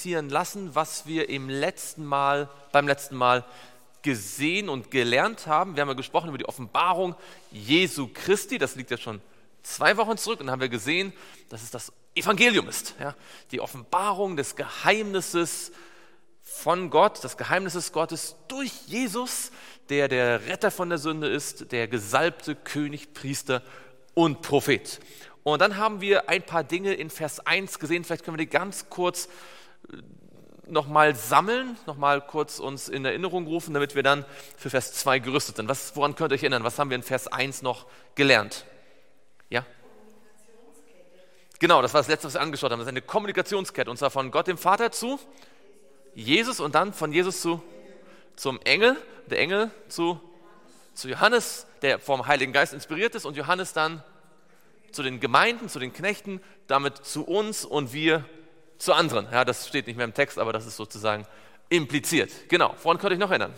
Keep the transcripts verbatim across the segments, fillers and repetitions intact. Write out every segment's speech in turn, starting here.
einpassieren lassen, was wir im letzten Mal, beim letzten Mal gesehen und gelernt haben. Wir haben ja gesprochen über die Offenbarung Jesu Christi, das liegt jetzt schon zwei Wochen zurück, und dann haben wir gesehen, dass es das Evangelium ist. Ja? Die Offenbarung des Geheimnisses von Gott, des Geheimnisses Gottes durch Jesus, der der Retter von der Sünde ist, der gesalbte König, Priester und Prophet. Und dann haben wir ein paar Dinge in Vers eins gesehen, vielleicht können wir die ganz kurz nochmal sammeln, nochmal kurz uns in Erinnerung rufen, damit wir dann für Vers zwei gerüstet sind. Was, woran könnt ihr euch erinnern? Was haben wir in Vers eins noch gelernt? Ja? Genau, das war das Letzte, was wir angeschaut haben. Das ist eine Kommunikationskette, und zwar von Gott dem Vater zu Jesus und dann von Jesus zu, zum Engel, der Engel zu, zu Johannes, der vom Heiligen Geist inspiriert ist, und Johannes dann zu den Gemeinden, zu den Knechten, damit zu uns und wir zu anderen. Ja, das steht nicht mehr im Text, aber das ist sozusagen impliziert. Genau, woran könnt ihr euch noch erinnern?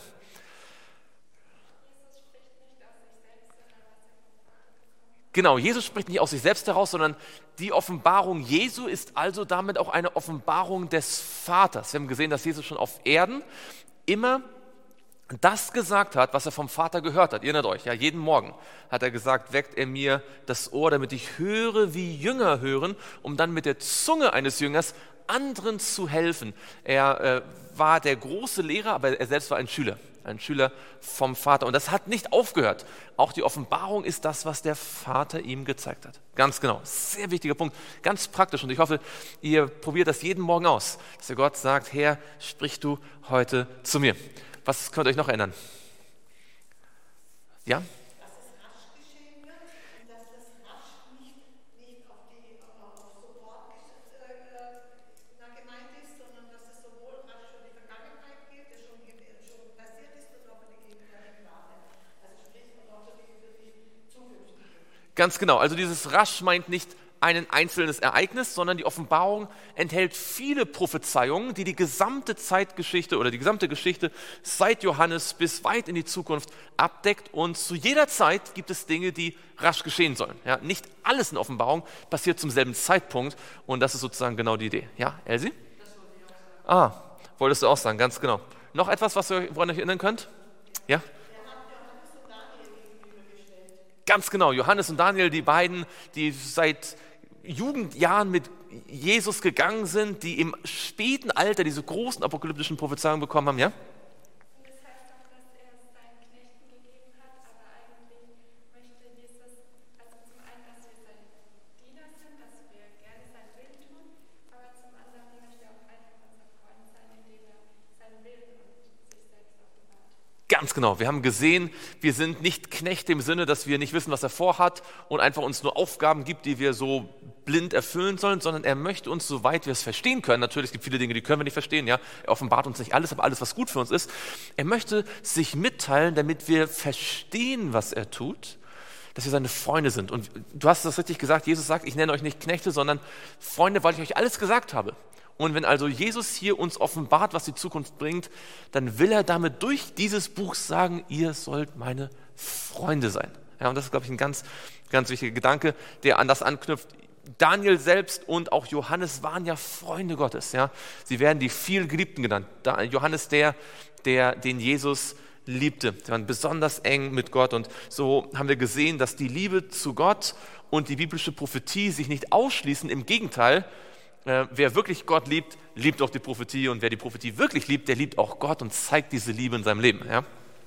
Genau, Jesus spricht nicht aus sich selbst heraus, sondern die Offenbarung Jesu ist also damit auch eine Offenbarung des Vaters. Wir haben gesehen, dass Jesus schon auf Erden immer das gesagt hat, was er vom Vater gehört hat. Ihr erinnert euch, ja, jeden Morgen hat er gesagt, weckt er mir das Ohr, damit ich höre, wie Jünger hören, um dann mit der Zunge eines Jüngers anderen zu helfen. Er äh, war der große Lehrer, aber er selbst war ein Schüler, ein Schüler vom Vater. Und das hat nicht aufgehört. Auch die Offenbarung ist das, was der Vater ihm gezeigt hat. Ganz genau, sehr wichtiger Punkt, ganz praktisch. Und ich hoffe, ihr probiert das jeden Morgen aus, dass ihr Gott sagt, Herr, sprich du heute zu mir. Was könnt ihr euch noch erinnern? Ja? Dass es rasch geschehen wird und dass das rasch nicht, nicht auf, die, auf sofort äh, gemeint ist, sondern dass es sowohl rasch für die Vergangenheit gilt, der schon, schon passiert ist, und auch für die gegenwärtige Warte. Also sprich, und auch für die, für die zukünftige. Ganz genau, also dieses rasch meint nicht ein einzelnes Ereignis, sondern die Offenbarung enthält viele Prophezeiungen, die die gesamte Zeitgeschichte oder die gesamte Geschichte seit Johannes bis weit in die Zukunft abdeckt, und zu jeder Zeit gibt es Dinge, die rasch geschehen sollen. Ja, nicht alles in Offenbarung passiert zum selben Zeitpunkt, und das ist sozusagen genau die Idee. Ja, Elsie? Das wollte ich auch sagen. Ah, wolltest du auch sagen, ganz genau. Noch etwas, was ihr, woran ihr euch erinnern könnt? Ja? Ganz genau, Johannes und Daniel, die beiden, die seit Jugendjahren mit Jesus gegangen sind, die im späten Alter diese großen apokalyptischen Prophezeiungen bekommen haben, ja? Und das heißt auch, dass er es seinen Knechten gegeben hat, aber eigentlich möchte Jesus, also zum einen, dass wir seine Diener sind, dass wir gerne sein Willen tun, aber zum anderen möchte er auch einfach unser Freund sein, indem er seinen Willen und sich selbst offenbart. Ganz genau, wir haben gesehen, wir sind nicht Knechte im Sinne, dass wir nicht wissen, was er vorhat und einfach uns nur Aufgaben gibt, die wir so blind erfüllen sollen, sondern er möchte uns, soweit wir es verstehen können, natürlich, es gibt viele Dinge, die können wir nicht verstehen, ja, er offenbart uns nicht alles, aber alles, was gut für uns ist, er möchte sich mitteilen, damit wir verstehen, was er tut, dass wir seine Freunde sind. Und du hast das richtig gesagt, Jesus sagt, ich nenne euch nicht Knechte, sondern Freunde, weil ich euch alles gesagt habe. Und wenn also Jesus hier uns offenbart, was die Zukunft bringt, dann will er damit durch dieses Buch sagen, ihr sollt meine Freunde sein. Ja, und das ist, glaube ich, ein ganz, ganz wichtiger Gedanke, der an das anknüpft. Daniel selbst und auch Johannes waren ja Freunde Gottes. Ja? Sie werden die vielgeliebten genannt. Da, Johannes der, der, den Jesus liebte. Sie waren besonders eng mit Gott. Und so haben wir gesehen, dass die Liebe zu Gott und die biblische Prophetie sich nicht ausschließen. Im Gegenteil, äh, wer wirklich Gott liebt, liebt auch die Prophetie. Und wer die Prophetie wirklich liebt, der liebt auch Gott und zeigt diese Liebe in seinem Leben. Ja?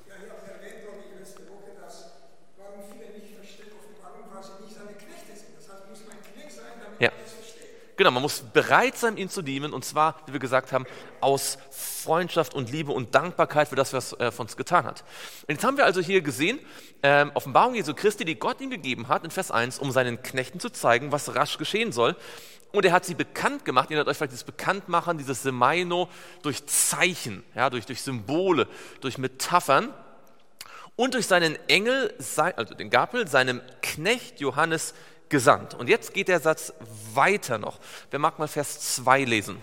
Ja, genau, man muss bereit sein, ihm zu dienen, und zwar, wie wir gesagt haben, aus Freundschaft und Liebe und Dankbarkeit für das, was er für uns getan hat. Und jetzt haben wir also hier gesehen, ähm, Offenbarung Jesu Christi, die Gott ihm gegeben hat, in Vers eins, um seinen Knechten zu zeigen, was rasch geschehen soll. Und er hat sie bekannt gemacht, ihr erinnert euch vielleicht dieses Bekanntmachen, dieses Semaino, durch Zeichen, ja, durch, durch Symbole, durch Metaphern und durch seinen Engel, also den Gabriel, seinem Knecht Johannes gesandt. Und jetzt geht der Satz weiter noch. Wer mag mal Vers zwei lesen?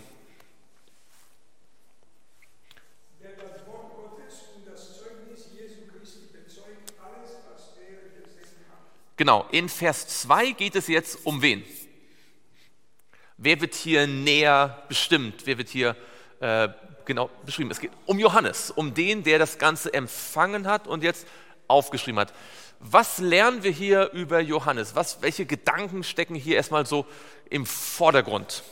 Der das Wort Gottes und das Zeugnis Jesu Christi bezeugt alles, was er gesehen hat. Genau, in Vers zwei geht es jetzt um wen? Wer wird hier näher bestimmt? Wer wird hier äh, genau beschrieben. Es geht um Johannes, um den, der das Ganze empfangen hat und jetzt aufgeschrieben hat. Was lernen wir hier über Johannes? Was, welche Gedanken stecken hier erstmal so im Vordergrund?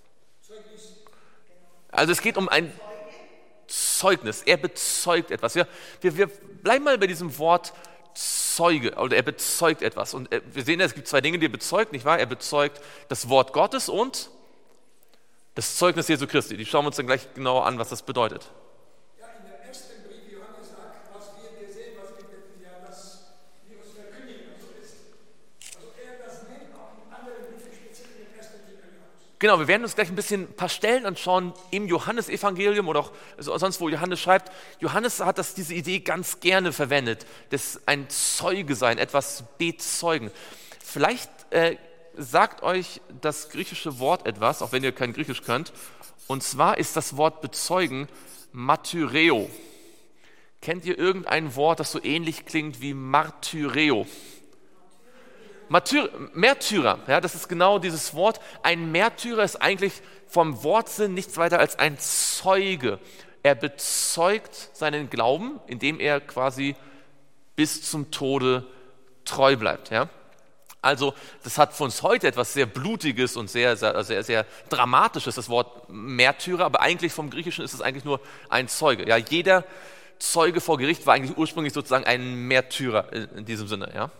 Also es geht um ein Zeugnis. Er bezeugt etwas. Wir, wir, wir bleiben mal bei diesem Wort Zeuge, oder er bezeugt etwas. Und wir sehen, es gibt zwei Dinge, die er bezeugt, nicht wahr? Er bezeugt das Wort Gottes und das Zeugnis Jesu Christi. Die schauen wir uns dann gleich genauer an, was das bedeutet. Ja, in der ersten Brief Johannes sagt, was wir dir sehen, was wir bitten, ja, dass wir uns verkündigen, so ist. Also er das nennt auch in anderen Briefen, speziell in den ersten Brief Johannes. Genau, wir werden uns gleich ein bisschen ein paar Stellen anschauen im Johannesevangelium oder auch sonst, wo Johannes schreibt. Johannes hat das, diese Idee ganz gerne verwendet, das ein Zeuge sein, etwas bezeugen. Vielleicht äh, sagt euch das griechische Wort etwas, auch wenn ihr kein Griechisch könnt. Und zwar ist das Wort bezeugen Martyreo. Kennt ihr irgendein Wort, das so ähnlich klingt wie Martyreo? Martyr, Märtyrer, ja, das ist genau dieses Wort. Ein Märtyrer ist eigentlich vom Wortsinn nichts weiter als ein Zeuge. Er bezeugt seinen Glauben, indem er quasi bis zum Tode treu bleibt. Ja? Also das hat für uns heute etwas sehr Blutiges und sehr, sehr, sehr, sehr Dramatisches, das Wort Märtyrer, aber eigentlich vom Griechischen ist es eigentlich nur ein Zeuge. Ja? Jeder Zeuge vor Gericht war eigentlich ursprünglich sozusagen ein Märtyrer in, in diesem Sinne. Ja?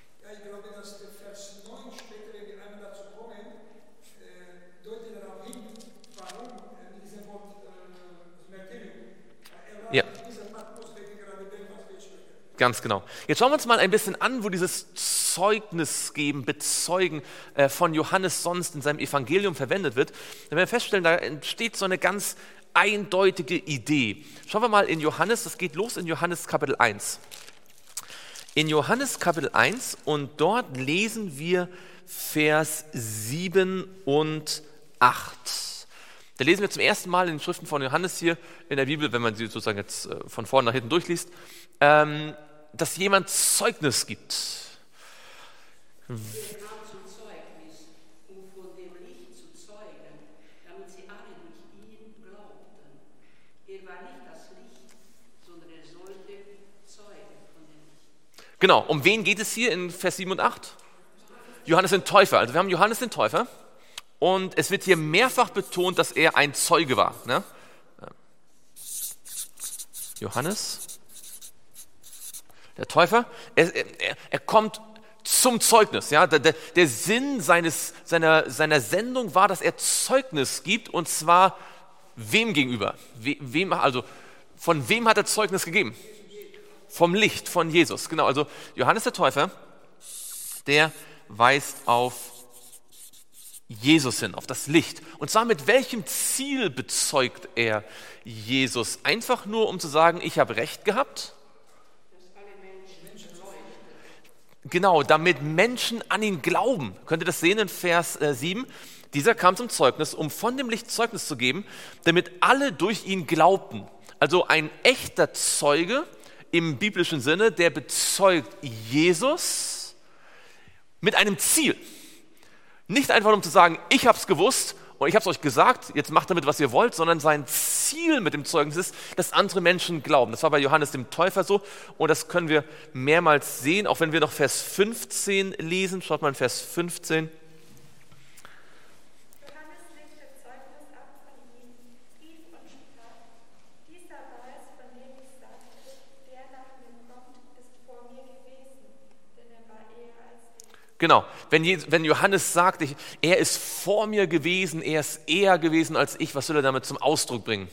Ja. Ganz genau. Jetzt schauen wir uns mal ein bisschen an, wo dieses Zeugnis geben, bezeugen äh, von Johannes sonst in seinem Evangelium verwendet wird. Dann werden wir feststellen, da entsteht so eine ganz eindeutige Idee. Schauen wir mal in Johannes, das geht los in Johannes Kapitel eins. In Johannes Kapitel eins und dort lesen wir Vers sieben und acht. Da lesen wir zum ersten Mal in den Schriften von Johannes hier in der Bibel, wenn man sie sozusagen jetzt von vorne nach hinten durchliest, ähm, dass jemand Zeugnis gibt. Er kam zum Zeugnis, um von dem Licht zu zeugen, damit sie alle durch ihn glaubten. Er war nicht das Licht, sondern er sollte zeugen von dem Licht. Genau, um wen geht es hier in Vers sieben und acht? Johannes den Täufer. Also wir haben Johannes den Täufer. Und es wird hier mehrfach betont, dass er ein Zeuge war. Ne? Johannes, der Täufer, er, er, er kommt zum Zeugnis. Ja? Der, der, der Sinn seines, seiner, seiner Sendung war, dass er Zeugnis gibt, und zwar wem gegenüber? We, wem, also von wem hat er Zeugnis gegeben? Vom Licht, von Jesus. Genau, also Johannes der Täufer, der weist auf Jesus hin, auf das Licht. Und zwar mit welchem Ziel bezeugt er Jesus? Einfach nur, um zu sagen, ich habe Recht gehabt? Genau, damit Menschen an ihn glauben. Könnt ihr das sehen in Vers äh, sieben? Dieser kam zum Zeugnis, um von dem Licht Zeugnis zu geben, damit alle durch ihn glaubten. Also ein echter Zeuge im biblischen Sinne, der bezeugt Jesus mit einem Ziel. Nicht einfach um zu sagen, ich habe es gewusst und ich habe es euch gesagt, jetzt macht damit, was ihr wollt, sondern sein Ziel mit dem Zeugnis ist, dass andere Menschen glauben. Das war bei Johannes dem Täufer so und das können wir mehrmals sehen, auch wenn wir noch Vers fünfzehn lesen. Schaut mal in Vers fünfzehn. Johannes legte Zeugnis ab von ihm, rief und sprach: Dieser war es, von dem ich sagte, der nach mir kommt, ist vor mir gewesen, denn er war eher als ich. Genau, wenn, wenn Johannes sagt, ich, er ist vor mir gewesen, er ist eher gewesen als ich, was soll er damit zum Ausdruck bringen?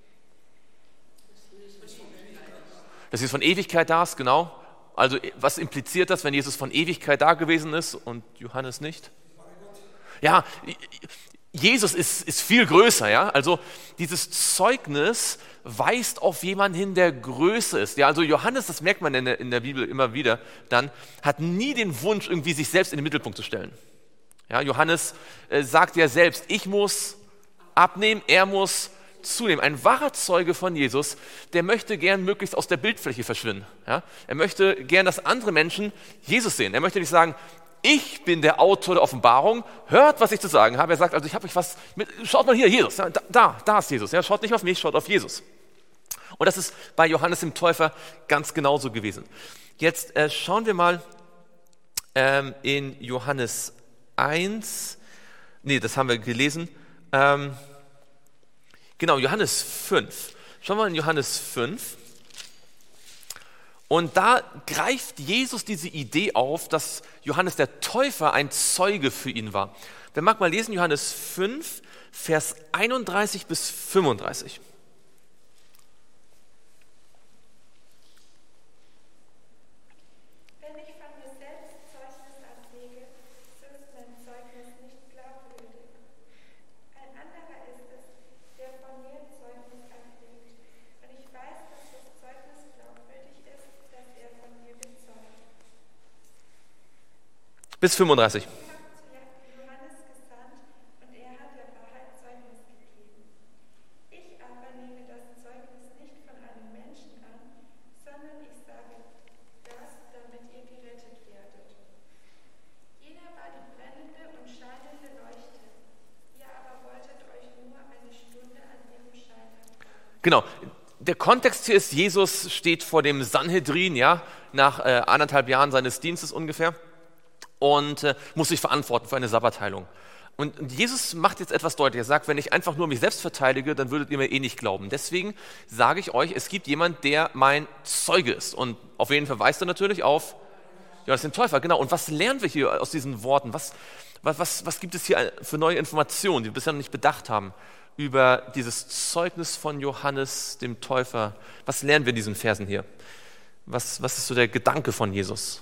Dass Jesus von Ewigkeit da ist, genau. Also was impliziert das, wenn Jesus von Ewigkeit da gewesen ist und Johannes nicht? Ja, Jesus ist, ist viel größer, ja. Also dieses Zeugnis weist auf jemanden hin, der größer ist. Ja, also Johannes, das merkt man in der, in der Bibel immer wieder, dann hat nie den Wunsch, irgendwie sich selbst in den Mittelpunkt zu stellen. Ja, Johannes äh, sagt ja selbst, ich muss abnehmen, er muss zunehmen. Ein wahrer Zeuge von Jesus, der möchte gern möglichst aus der Bildfläche verschwinden. Ja? Er möchte gern, dass andere Menschen Jesus sehen. Er möchte nicht sagen, ich bin der Autor der Offenbarung, hört, was ich zu sagen habe. Er sagt, also ich habe euch was, mit, schaut mal hier, Jesus, da, da, da ist Jesus. Ja, schaut nicht auf mich, schaut auf Jesus. Und das ist bei Johannes dem Täufer ganz genauso gewesen. Jetzt äh, schauen wir mal ähm, in Johannes eins, nee, das haben wir gelesen, ähm, genau, Johannes fünf. Schauen wir mal in Johannes fünf. Und da greift Jesus diese Idee auf, dass Johannes der Täufer ein Zeuge für ihn war. Wer mag mal lesen, Johannes fünf, Vers einunddreißig bis fünfunddreißig. Wenn ich von mir selbst Zeugnis ablege, so ist mein Zeugnis nicht glaubwürdig. Ein anderer ist es, der von mir Zeugnis ablegt. Und ich weiß, dass das Zeugnis glaubwürdig ist, das er von mir bezeugt. Bis fünfunddreißig. Ich habe zu Johannes gesandt, und er hat der Wahrheit Zeugnis gegeben. Ich aber nehme das Zeugnis nicht von einem Menschen an, sondern ich sage das, damit ihr gerettet werdet. Jener war die brennende und scheinende Leuchte. Ihr aber wolltet euch nur eine Stunde an ihrem Schein erfreuen. Genau. Der Kontext hier ist, Jesus steht vor dem Sanhedrin, ja, nach äh, anderthalb Jahren seines Dienstes ungefähr und äh, muss sich verantworten für eine Sabbatheilung. Und, und Jesus macht jetzt etwas deutlich. Er sagt, wenn ich einfach nur mich selbst verteidige, dann würdet ihr mir eh nicht glauben. Deswegen sage ich euch, es gibt jemand, der mein Zeuge ist. Und auf wen verweist er natürlich? Auf Johannes den Täufer, genau. Und was lernen wir hier aus diesen Worten? Was, was, was, was gibt es hier für neue Informationen, die wir bisher noch nicht bedacht haben über dieses Zeugnis von Johannes dem Täufer? Was lernen wir in diesen Versen hier? Was, was ist so der Gedanke von Jesus?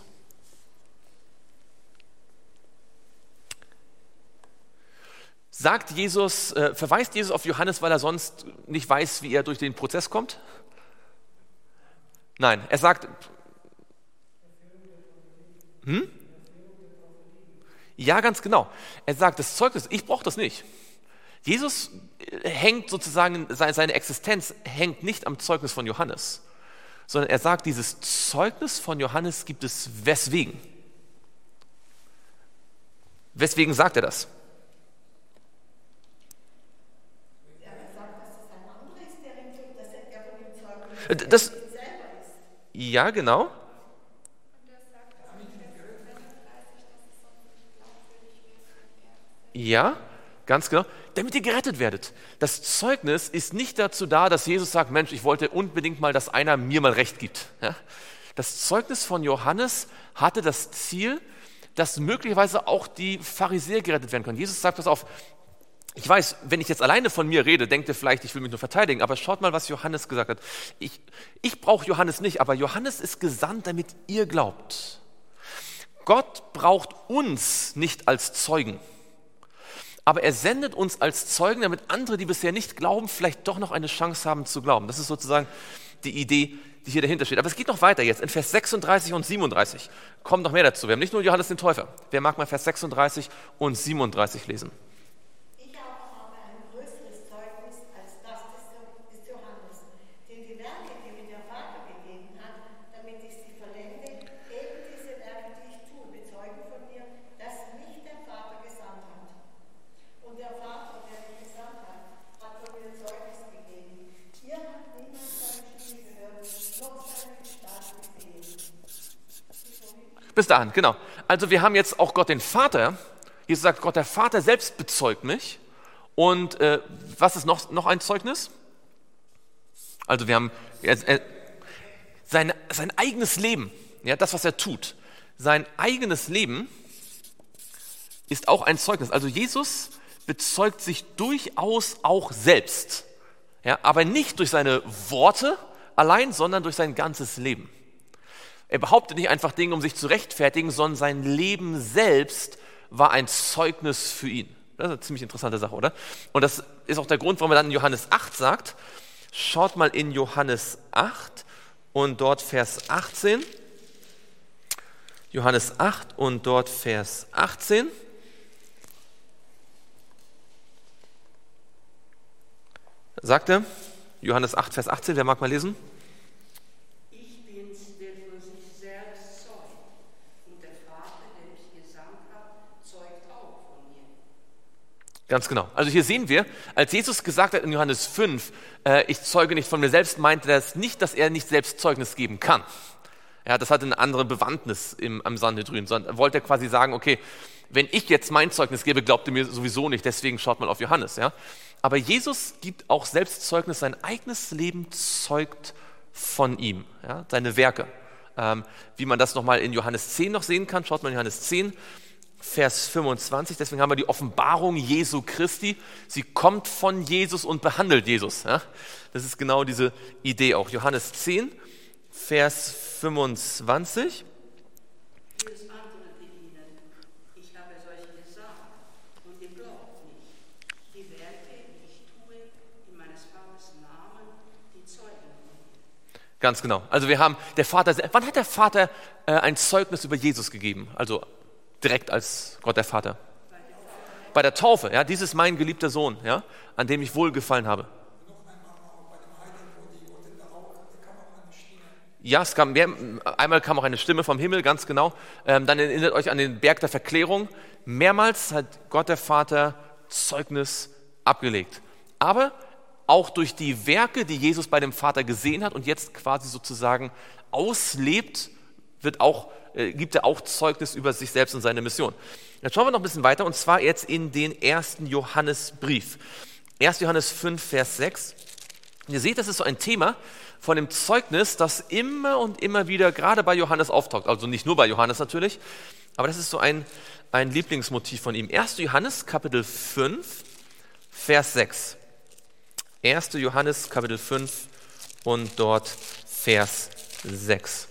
Sagt Jesus, äh, verweist Jesus auf Johannes, weil er sonst nicht weiß, wie er durch den Prozess kommt? Nein, er sagt, hm? Ja, ganz genau. Er sagt, das Zeugnis, ich brauche das nicht. Jesus hängt sozusagen, seine Existenz hängt nicht am Zeugnis von Johannes, sondern er sagt, dieses Zeugnis von Johannes gibt es weswegen? Weswegen sagt er das? Er sagt, dass es ein anderer ist, der ihm tut, dass er von dem Zeugnis Das, selber ist. ja, genau. Und das sagt auch in Vers einunddreißig, dass es sonst nicht glaubwürdig wäre, wenn er Ja, ganz genau. Damit ihr gerettet werdet. Das Zeugnis ist nicht dazu da, dass Jesus sagt, Mensch, ich wollte unbedingt mal, dass einer mir mal Recht gibt. Ja? Das Zeugnis von Johannes hatte das Ziel, dass möglicherweise auch die Pharisäer gerettet werden können. Jesus sagt das auf, ich weiß, wenn ich jetzt alleine von mir rede, denkt ihr vielleicht, ich will mich nur verteidigen, aber schaut mal, was Johannes gesagt hat. Ich, ich brauche Johannes nicht, aber Johannes ist gesandt, damit ihr glaubt. Gott braucht uns nicht als Zeugen. Aber er sendet uns als Zeugen, damit andere, die bisher nicht glauben, vielleicht doch noch eine Chance haben zu glauben. Das ist sozusagen die Idee, die hier dahinter steht. Aber es geht noch weiter jetzt. In Vers sechsunddreißig und siebenunddreißig kommt noch mehr dazu. Wir haben nicht nur Johannes den Täufer. Wer mag mal Vers sechsunddreißig und siebenunddreißig lesen? Ich aber habe ein größeres Zeugnis als das des Johannes, denn die Werke, die mir der Vater gegeben hat, damit ich sie vollende, eben diese Werke, die ich tue, bezeugen von mir, dass mich der Vater gesandt hat. Und der Vater, der mich gesandt hat, hat von mir Zeugnis gegeben. Ihr habt niemand seine Stimme gehört, noch seine Gestalt gesehen. Bis dahin, genau. Also wir haben jetzt auch Gott den Vater. Jesus sagt, Gott der Vater selbst bezeugt mich. Und äh, was ist noch, noch ein Zeugnis? Also wir haben äh, äh, sein, sein eigenes Leben, ja, das, was er tut. Sein eigenes Leben ist auch ein Zeugnis. Also Jesus bezeugt sich durchaus auch selbst. Ja, aber nicht durch seine Worte allein, sondern durch sein ganzes Leben. Er behauptet nicht einfach Dinge, um sich zu rechtfertigen, sondern sein Leben selbst war ein Zeugnis für ihn. Das ist eine ziemlich interessante Sache, oder? Und das ist auch der Grund, warum er dann in Johannes acht sagt, schaut mal in Johannes acht und dort Vers achtzehn. Johannes acht und dort Vers achtzehn. Sagt er, Johannes acht, Vers achtzehn, wer mag mal lesen? Ich bin's, der für sich selbst zeugt, und der Vater, der mich gesandt Ganz genau. Also hier sehen wir, als Jesus gesagt hat in Johannes fünf, äh, ich zeuge nicht von mir selbst, meinte er das nicht, dass er nicht selbst Zeugnis geben kann. Ja, das hatte eine andere Bewandtnis im, am Sanhedrin, sondern wollte er quasi sagen, okay, wenn ich jetzt mein Zeugnis gebe, glaubt ihr mir sowieso nicht, deswegen schaut mal auf Johannes. Ja? Aber Jesus gibt auch selbst Zeugnis, sein eigenes Leben zeugt von ihm, ja? Seine Werke. Ähm, wie man das nochmal in Johannes zehn noch sehen kann, schaut mal in Johannes zehn, Vers fünfundzwanzig, deswegen haben wir die Offenbarung Jesu Christi. Sie kommt von Jesus und behandelt Jesus. Ja? Das ist genau diese Idee auch. Johannes zehn, Vers fünfundzwanzig. Jesus antwortete ihnen, ich habe es euch gesagt und ihr glaubt nicht. Die Werke, die ich tue, in meines Vaters Namen, die zeugen von mir. Ganz genau. Also wir haben, der Vater, wann hat der Vater äh, ein Zeugnis über Jesus gegeben? Also direkt als Gott der Vater. Bei der Taufe, ja, dies ist mein geliebter Sohn, ja, an dem ich wohlgefallen habe. Ja, es kam mehr, einmal kam auch eine Stimme vom Himmel, ganz genau. Ähm, dann erinnert euch an den Berg der Verklärung. Mehrmals hat Gott der Vater Zeugnis abgelegt. Aber auch durch die Werke, die Jesus bei dem Vater gesehen hat und jetzt quasi sozusagen auslebt, wird auch äh, gibt er auch Zeugnis über sich selbst und seine Mission. Jetzt schauen wir noch ein bisschen weiter, und zwar jetzt in den ersten Johannesbrief. erster Johannes fünf, Vers sechs. Und ihr seht, das ist so ein Thema von dem Zeugnis, das immer und immer wieder gerade bei Johannes auftaucht. Also nicht nur bei Johannes natürlich, aber das ist so ein, ein Lieblingsmotiv von ihm. erster Johannes, Kapitel fünf, Vers sechs. erster Johannes, Kapitel fünf und dort Vers sechs.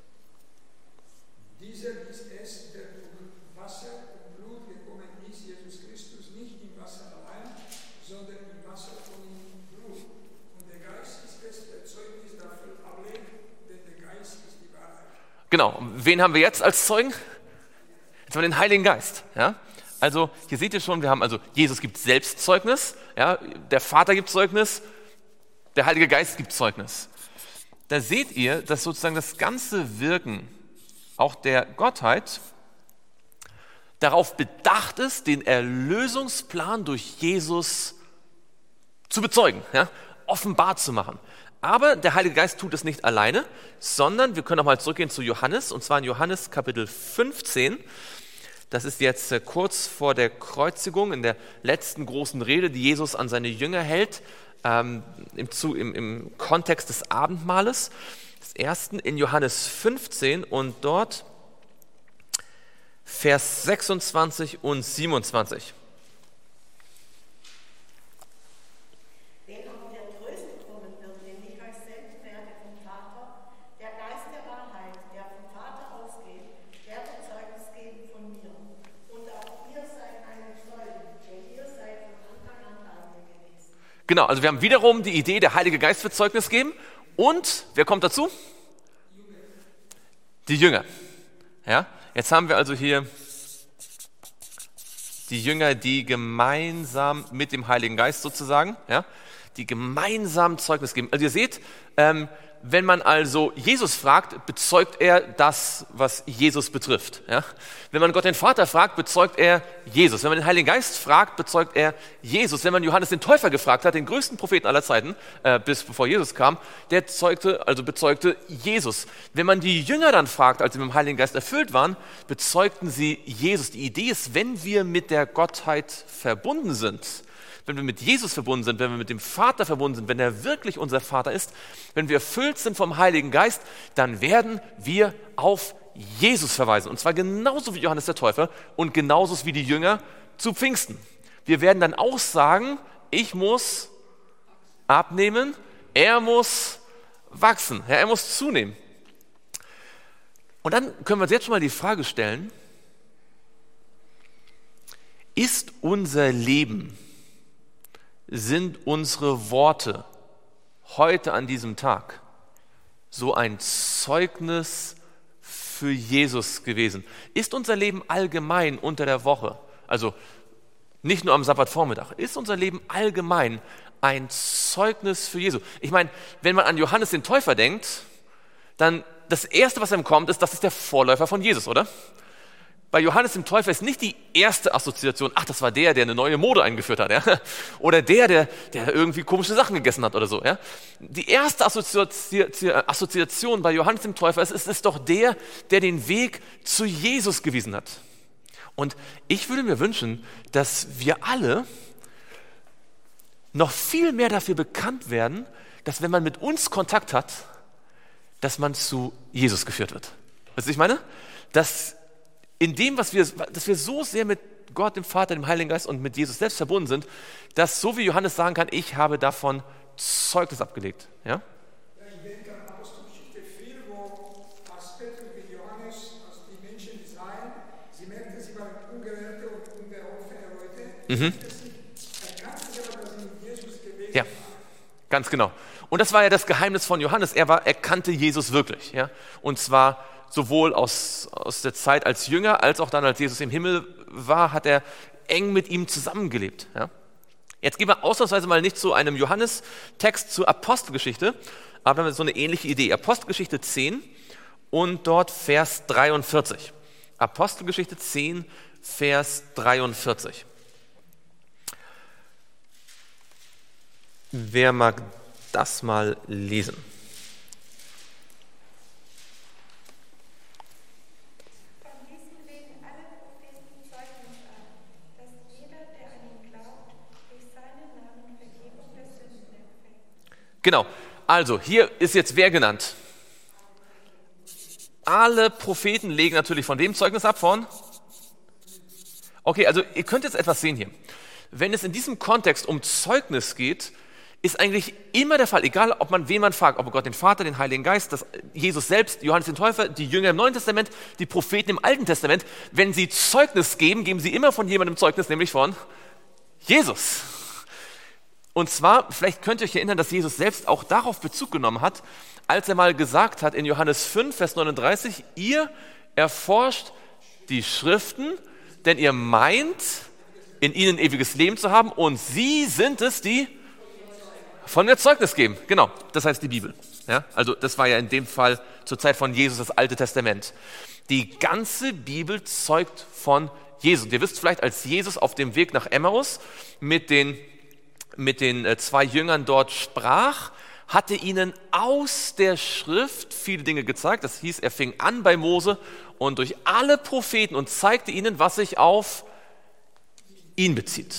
Dieser ist es, der durch Wasser und Blut gekommen ist, Jesus Christus, nicht im Wasser allein, sondern im Wasser und im Blut. Und der Geist ist es, der Zeugnis dafür ablegt, denn der Geist ist die Wahrheit. Genau, wen haben wir jetzt als Zeugen? Jetzt haben wir den Heiligen Geist. Ja? Also hier seht ihr schon, wir haben also, Jesus gibt selbst Zeugnis, ja? Der Vater gibt Zeugnis, der Heilige Geist gibt Zeugnis. Da seht ihr, dass sozusagen das ganze Wirken auch der Gottheit darauf bedacht ist, den Erlösungsplan durch Jesus zu bezeugen, ja? Offenbar zu machen. Aber der Heilige Geist tut es nicht alleine, sondern wir können auch mal zurückgehen zu Johannes, und zwar in Johannes Kapitel fünfzehn. Das ist jetzt kurz vor der Kreuzigung, in der letzten großen Rede, die Jesus an seine Jünger hält, ähm, im, zu, im, im Kontext des Abendmahles. Das ersten in Johannes fünfzehn und dort Vers sechsundzwanzig und siebenundzwanzig. Wenn aber der Tröster kommen wird, den ich euch senden werde vom Vater, der Geist der Wahrheit, der vom Vater ausgeht, der wird Zeugnis geben von mir. Und auch ihr seid meine Zeugen, denn ihr seid von Anfang an bei mir gewesen. Genau, also wir haben wiederum die Idee, der Heilige Geist wird Zeugnis geben. Und, wer kommt dazu? Die Jünger. Ja, jetzt haben wir also hier die Jünger, die gemeinsam mit dem Heiligen Geist sozusagen, ja, die gemeinsam Zeugnis geben. Also ihr seht, ähm, wenn man also Jesus fragt, bezeugt er das, was Jesus betrifft. Ja? Wenn man Gott den Vater fragt, bezeugt er Jesus. Wenn man den Heiligen Geist fragt, bezeugt er Jesus. Wenn man Johannes den Täufer gefragt hat, den größten Propheten aller Zeiten, äh, bis bevor Jesus kam, der zeugte, also bezeugte Jesus. Wenn man die Jünger dann fragt, als sie mit dem Heiligen Geist erfüllt waren, bezeugten sie Jesus. Die Idee ist, wenn wir mit der Gottheit verbunden sind, wenn wir mit Jesus verbunden sind, wenn wir mit dem Vater verbunden sind, wenn er wirklich unser Vater ist, wenn wir erfüllt sind vom Heiligen Geist, dann werden wir auf Jesus verweisen. Und zwar genauso wie Johannes der Täufer und genauso wie die Jünger zu Pfingsten. Wir werden dann auch sagen, ich muss abnehmen, er muss wachsen, ja, er muss zunehmen. Und dann können wir uns jetzt schon mal die Frage stellen, ist unser Leben, sind unsere Worte heute an diesem Tag so ein Zeugnis für Jesus gewesen? Ist unser Leben allgemein unter der Woche, also nicht nur am Sabbatvormittag, ist unser Leben allgemein ein Zeugnis für Jesus? Ich meine, wenn man an Johannes den Täufer denkt, dann das Erste, was einem kommt, ist, das ist der Vorläufer von Jesus, oder? bei Johannes dem Täufer ist nicht die erste Assoziation, ach, das war der, der eine neue Mode eingeführt hat, ja? Oder der, der, der irgendwie komische Sachen gegessen hat oder so. Ja? Die erste Assoziation bei Johannes dem Täufer ist, ist, ist doch der, der den Weg zu Jesus gewiesen hat. Und ich würde mir wünschen, dass wir alle noch viel mehr dafür bekannt werden, dass wenn man mit uns Kontakt hat, dass man zu Jesus geführt wird. Weißt du, was ich meine? Dass in dem, was wir, dass wir so sehr mit Gott, dem Vater, dem Heiligen Geist und mit Jesus selbst verbunden sind, dass so wie Johannes sagen kann, ich habe davon Zeugnis abgelegt. Ja? Ja, ich denke an Apostelgeschichte vier, wo als Petrus wie Johannes, als die Menschen Israel, sie merkten, sie waren ungelehrte und unbeholfene Leute, Mhm. sie erkannten sie aber, dass sie mit Jesus gewesen Ja, ganz genau. Und das war ja das Geheimnis von Johannes. Er, war, er kannte Jesus wirklich. Ja? Und zwar sowohl aus, aus der Zeit als Jünger, als auch dann, als Jesus im Himmel war, hat er eng mit ihm zusammengelebt. Ja? Jetzt gehen wir ausnahmsweise mal nicht zu einem Johannes-Text zur Apostelgeschichte, aber wir haben so eine ähnliche Idee. Apostelgeschichte zehn und dort Vers dreiundvierzig. Apostelgeschichte zehn, Vers dreiundvierzig. Wer mag das mal lesen? Von diesem legen alle Propheten Zeugnis ab, dass jeder, der an ihn glaubt, durch seinen Namen Vergebung der Sünden empfängt. Genau, also hier ist jetzt wer genannt? Alle Propheten legen natürlich von wem Zeugnis ab? Von? Okay, also ihr könnt jetzt etwas sehen hier. Wenn es in diesem Kontext um Zeugnis geht, ist eigentlich immer der Fall, egal ob man wen man fragt, ob Gott den Vater, den Heiligen Geist, das, Jesus selbst, Johannes den Täufer, die Jünger im Neuen Testament, die Propheten im Alten Testament, wenn sie Zeugnis geben, geben sie immer von jemandem Zeugnis, nämlich von Jesus. Und zwar, vielleicht könnt ihr euch erinnern, dass Jesus selbst auch darauf Bezug genommen hat, als er mal gesagt hat in Johannes fünf, Vers neununddreißig, ihr erforscht die Schriften, denn ihr meint, in ihnen ewiges Leben zu haben und sie sind es, die von mir Zeugnis geben. Genau, das heißt die Bibel. Ja? Also das war ja in dem Fall zur Zeit von Jesus das Alte Testament. Die ganze Bibel zeugt von Jesus. Ihr wisst vielleicht, als Jesus auf dem Weg nach Emmaus mit den, mit den äh, zwei Jüngern dort sprach, hatte ihnen aus der Schrift viele Dinge gezeigt. Das hieß, er fing an bei Mose und durch alle Propheten und zeigte ihnen, was sich auf ihn bezieht.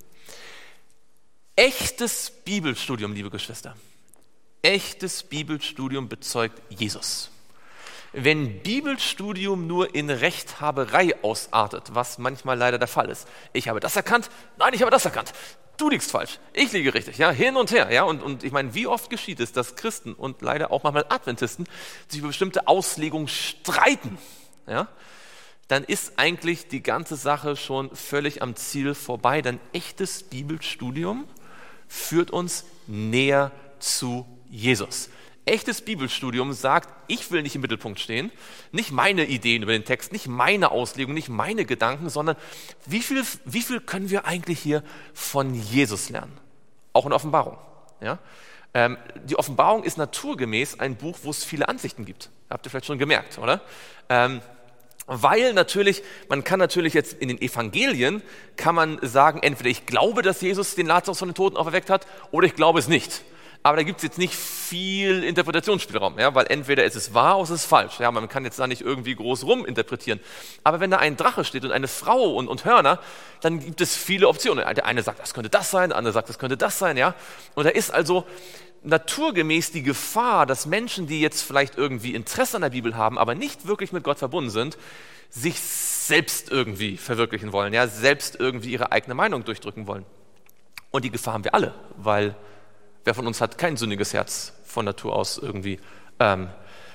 Echtes Bibelstudium, liebe Geschwister, echtes Bibelstudium bezeugt Jesus. Wenn Bibelstudium nur in Rechthaberei ausartet, was manchmal leider der Fall ist, ich habe das erkannt, nein, ich habe das erkannt, du liegst falsch, ich liege richtig, ja, hin und her, ja, und, und ich meine, wie oft geschieht es, dass Christen und leider auch manchmal Adventisten sich über bestimmte Auslegungen streiten, ja, dann ist eigentlich die ganze Sache schon völlig am Ziel vorbei, denn echtes Bibelstudium führt uns näher zu Jesus. Echtes Bibelstudium sagt, ich will nicht im Mittelpunkt stehen, nicht meine Ideen über den Text, nicht meine Auslegung, nicht meine Gedanken, sondern wie viel, wie viel können wir eigentlich hier von Jesus lernen? Auch in Offenbarung. Ja? Ähm, die Offenbarung ist naturgemäß ein Buch, wo es viele Ansichten gibt. Habt ihr vielleicht schon gemerkt, oder? Ähm, Weil natürlich, man kann natürlich jetzt in den Evangelien, kann man sagen, entweder ich glaube, dass Jesus den Lazarus von den Toten auferweckt hat, oder ich glaube es nicht. Aber da gibt es jetzt nicht viel Interpretationsspielraum, ja, weil entweder ist es wahr oder es ist falsch. Ja, man kann jetzt da nicht irgendwie groß ruminterpretieren. Aber wenn da ein Drache steht und eine Frau und, und Hörner, dann gibt es viele Optionen. Der eine sagt, das könnte das sein, der andere sagt, das könnte das sein. Ja? Und da ist also naturgemäß die Gefahr, dass Menschen, die jetzt vielleicht irgendwie Interesse an der Bibel haben, aber nicht wirklich mit Gott verbunden sind, sich selbst irgendwie verwirklichen wollen, ja, selbst irgendwie ihre eigene Meinung durchdrücken wollen. Und die Gefahr haben wir alle, weil wer von uns hat kein sündiges Herz von Natur aus irgendwie ähm,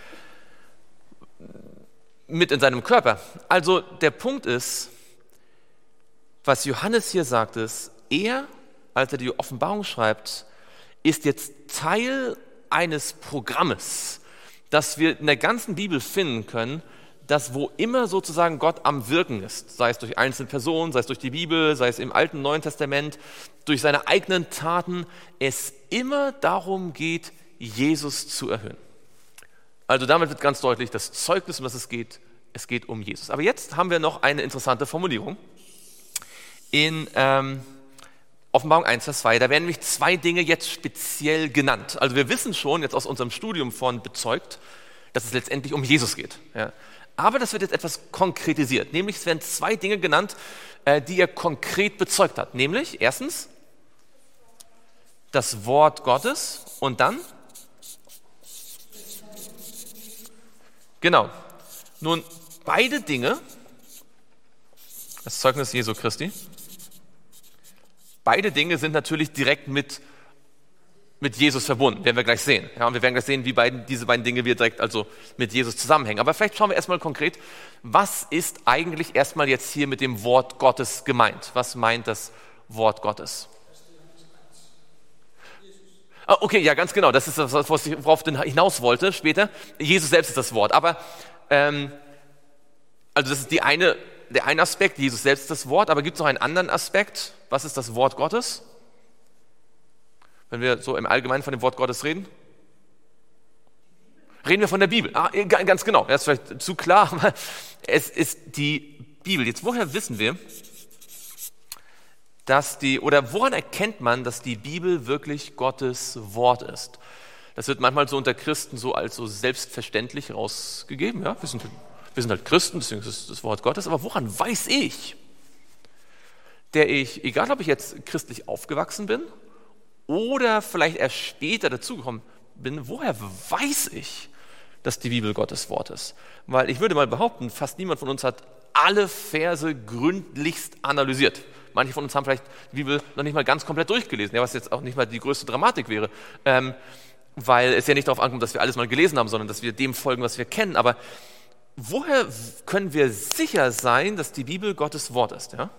mit in seinem Körper. Also der Punkt ist, was Johannes hier sagt, ist, er, als er die Offenbarung schreibt, ist jetzt Teil eines Programmes, das wir in der ganzen Bibel finden können, dass wo immer sozusagen Gott am Wirken ist, sei es durch einzelne Personen, sei es durch die Bibel, sei es im Alten, Neuen Testament, durch seine eigenen Taten, es immer darum geht, Jesus zu erhöhen. Also damit wird ganz deutlich, das Zeugnis, um das es geht, es geht um Jesus. Aber jetzt haben wir noch eine interessante Formulierung in ähm, Offenbarung eins, Vers zwei. Da werden nämlich zwei Dinge jetzt speziell genannt. Also wir wissen schon jetzt aus unserem Studium von Bezeugt, dass es letztendlich um Jesus geht. Ja. Aber das wird jetzt etwas konkretisiert. Nämlich es werden zwei Dinge genannt, äh, die er konkret bezeugt hat. Nämlich erstens das Wort Gottes und dann genau. Nun, beide Dinge, das Zeugnis Jesu Christi, beide Dinge sind natürlich direkt mit, mit Jesus verbunden, werden wir gleich sehen. Ja, und wir werden gleich sehen, wie beiden, diese beiden Dinge wir direkt also mit Jesus zusammenhängen. Aber vielleicht schauen wir erstmal konkret, was ist eigentlich erstmal jetzt hier mit dem Wort Gottes gemeint? Was meint das Wort Gottes? Ah, okay, ja, ganz genau. Das ist das, worauf ich hinaus wollte später. Jesus selbst ist das Wort. Aber ähm, also das ist die eine, der eine Aspekt. Jesus selbst ist das Wort. Aber gibt es noch einen anderen Aspekt? Was ist das Wort Gottes? Wenn wir so im Allgemeinen von dem Wort Gottes reden? Reden wir von der Bibel. Ah, ganz genau. Das ist vielleicht zu klar, aber es ist die Bibel. Jetzt, woher wissen wir, dass die, oder woran erkennt man, dass die Bibel wirklich Gottes Wort ist? Das wird manchmal so unter Christen so als so selbstverständlich rausgegeben. Ja, wir sind, wir sind halt Christen, deswegen ist es das Wort Gottes. Aber woran weiß ich, der ich, egal ob ich jetzt christlich aufgewachsen bin oder vielleicht erst später dazugekommen bin, woher weiß ich, dass die Bibel Gottes Wort ist? Weil ich würde mal behaupten, fast niemand von uns hat alle Verse gründlichst analysiert. Manche von uns haben vielleicht die Bibel noch nicht mal ganz komplett durchgelesen, ja, was jetzt auch nicht mal die größte Dramatik wäre, ähm, weil es ja nicht darauf ankommt, dass wir alles mal gelesen haben, sondern dass wir dem folgen, was wir kennen. Aber woher können wir sicher sein, dass die Bibel Gottes Wort ist? Ja?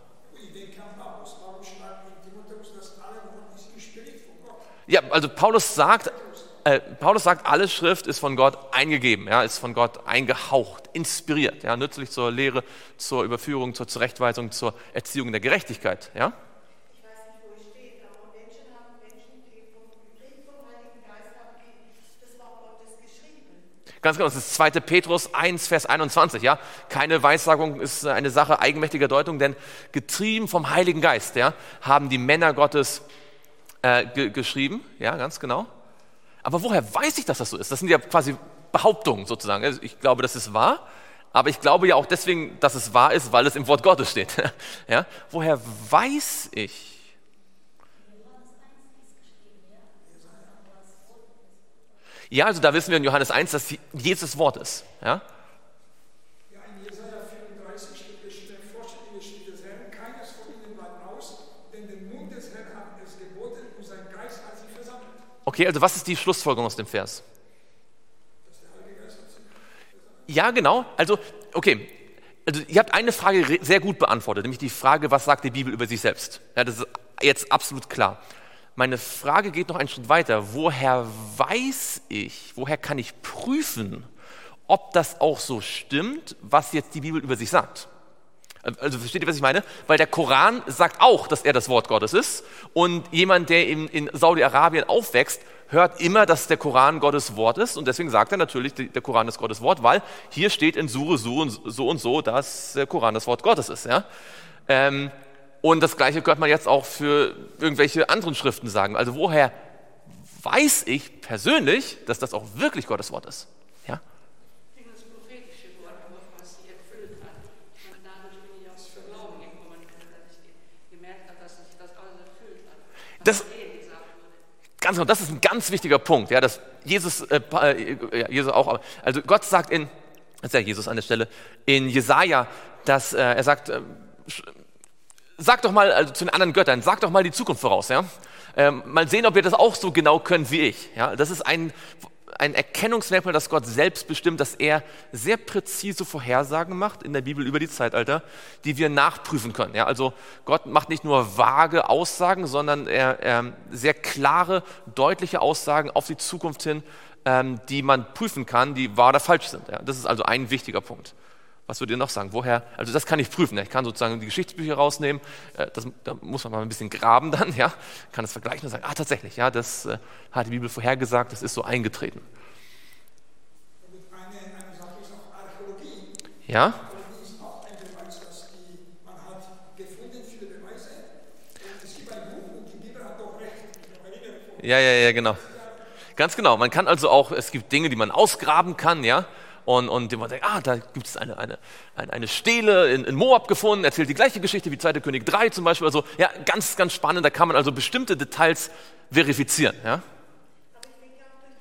Ja, also Paulus sagt, äh, Paulus sagt, alle Schrift ist von Gott eingegeben, ja, ist von Gott eingehaucht, inspiriert, ja, nützlich zur Lehre, zur Überführung, zur Zurechtweisung, zur Erziehung der Gerechtigkeit. Ja? Ich weiß nicht, wo es steht, aber Menschen haben Menschen, die vom Brief vom Heiligen Geist haben, die das Wort Gottes geschrieben. Ganz genau, das ist zweiter Petrus eins, Vers einundzwanzig. Ja? Keine Weissagung ist eine Sache eigenmächtiger Deutung, denn getrieben vom Heiligen Geist, ja, haben die Männer Gottes äh, ge- geschrieben. Ja, ganz genau. Aber woher weiß ich, dass das so ist? Das sind ja quasi Behauptungen sozusagen. Also ich glaube, das ist wahr, aber ich glaube ja auch deswegen, dass es wahr ist, weil es im Wort Gottes steht. Ja? Woher weiß ich? Ja, also da wissen wir in Johannes eins, dass Jesus Wort ist. Ja? Ja, in Jesaja vierunddreißig steht geschrieben, forsche die Geschichte des Herrn, keines von ihnen bleibt aus, denn den Mund des Herrn hat es geboten und sein Geist hat sie versammelt. Okay, also was ist die Schlussfolgerung aus dem Vers? Dass der Heilige Geist hat sie versammelt. Ja, genau. Also, okay. Also, ihr habt eine Frage re- sehr gut beantwortet, nämlich die Frage, was sagt die Bibel über sich selbst? Ja, das ist jetzt absolut klar. Meine Frage geht noch einen Schritt weiter. Woher weiß ich, woher kann ich prüfen, ob das auch so stimmt, was jetzt die Bibel über sich sagt? Also versteht ihr, was ich meine? Weil der Koran sagt auch, dass er das Wort Gottes ist. Und jemand, der in, in Saudi-Arabien aufwächst, hört immer, dass der Koran Gottes Wort ist. Und deswegen sagt er natürlich, der Koran ist Gottes Wort, weil hier steht in Sure so und so, und so dass der Koran das Wort Gottes ist. Ja? Ähm, und das Gleiche könnte man jetzt auch für irgendwelche anderen Schriften sagen. Also woher weiß ich persönlich, dass das auch wirklich Gottes Wort ist? Ja? Das prophetische Wort, was sie erfüllt hat. Und dadurch bin ich aufs Glauben gekommen, dass ich gemerkt habe, dass sich das alles erfüllt hat. Das, Was mir gesagt wurde. ganz genau, das ist ein ganz wichtiger Punkt, ja, dass Jesus, äh, äh, Jesus auch, also Gott sagt in, das ist ja Jesus an der Stelle, in Jesaja, dass äh, er sagt, äh, sag doch mal, also zu den anderen Göttern, sag doch mal die Zukunft voraus, ja. Ähm, mal sehen, ob ihr das auch so genau könnt wie ich. Ja, das ist ein, ein Erkennungsmerkmal, das Gott selbst bestimmt, dass er sehr präzise Vorhersagen macht in der Bibel über die Zeitalter, die wir nachprüfen können. Ja, also Gott macht nicht nur vage Aussagen, sondern er, er sehr klare, deutliche Aussagen auf die Zukunft hin, ähm, die man prüfen kann, die wahr oder falsch sind. Ja, das ist also ein wichtiger Punkt. Was würdet ihr noch sagen? Woher? Also das kann ich prüfen. Ja. Ich kann sozusagen die Geschichtsbücher rausnehmen. Äh, das, da muss man mal ein bisschen graben dann. Ja, kann das vergleichen und sagen, ah tatsächlich, ja, das äh, hat die Bibel vorhergesagt, das ist so eingetreten. Eine, eine Sache ist auch Archäologie. Ja? Aber die ist auch ein Beweis, dass die, man hat gefunden viele Beweise. Und es gibt ein Buch und die Bibel hat doch recht. Ich erinnere mich. Ja, ja, ja, genau. Ganz genau. Man kann also auch, es gibt Dinge, die man ausgraben kann, ja. Und, und man denkt, ah, da gibt es eine, eine, eine, eine Stele in, in Moab gefunden, erzählt die gleiche Geschichte wie zweiter König drei zum Beispiel. Also ja, ganz, ganz spannend. Da kann man also bestimmte Details verifizieren, ja. Aber ich denke auch durch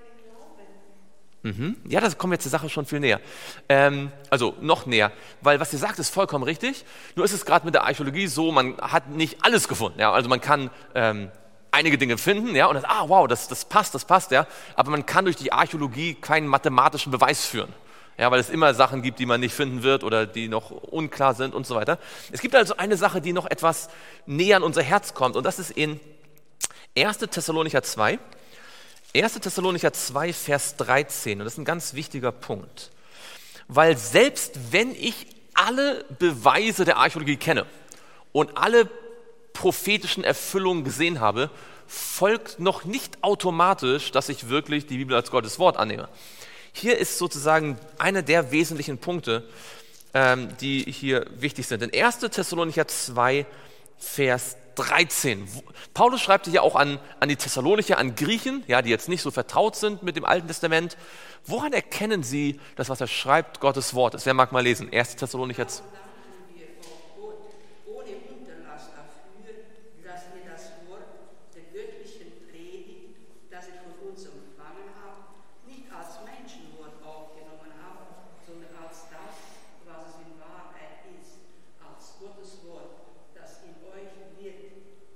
den eigenen Glauben. Mhm. Ja, das kommen wir jetzt der Sache schon viel näher. Ähm, also noch näher, weil was ihr sagt, ist vollkommen richtig. Nur ist es gerade mit der Archäologie so, man hat nicht alles gefunden. Ja? Also man kann ähm, einige Dinge finden, ja, und dann, ah, wow, das, das passt, das passt, ja. Aber man kann durch die Archäologie keinen mathematischen Beweis führen. Ja, weil es immer Sachen gibt, die man nicht finden wird oder die noch unklar sind und so weiter. Es gibt also eine Sache, die noch etwas näher an unser Herz kommt, und das ist in erster Thessalonicher zwei. erster Thessalonicher zwei, Vers dreizehn, und das ist ein ganz wichtiger Punkt. Weil selbst wenn ich alle Beweise der Archäologie kenne und alle prophetischen Erfüllungen gesehen habe, folgt noch nicht automatisch, dass ich wirklich die Bibel als Gottes Wort annehme. Hier ist sozusagen einer der wesentlichen Punkte, ähm, die hier wichtig sind. In erster Thessalonicher zwei, Vers dreizehn. Paulus schreibt hier auch an, an die Thessalonicher, an Griechen, ja, die jetzt nicht so vertraut sind mit dem Alten Testament. Woran erkennen sie, dass was er schreibt Gottes Wort ist? Wer mag mal lesen? erster Thessalonicher zwei. Danken wir auch Gott ohne Unterlass dafür, dass ihr das Wort der göttlichen Predigt, das ihr von uns empfangen habt, nicht als Menschenwort aufgenommen habt, sondern als das, was es in Wahrheit ist, als Gottes Wort, das in euch wirkt,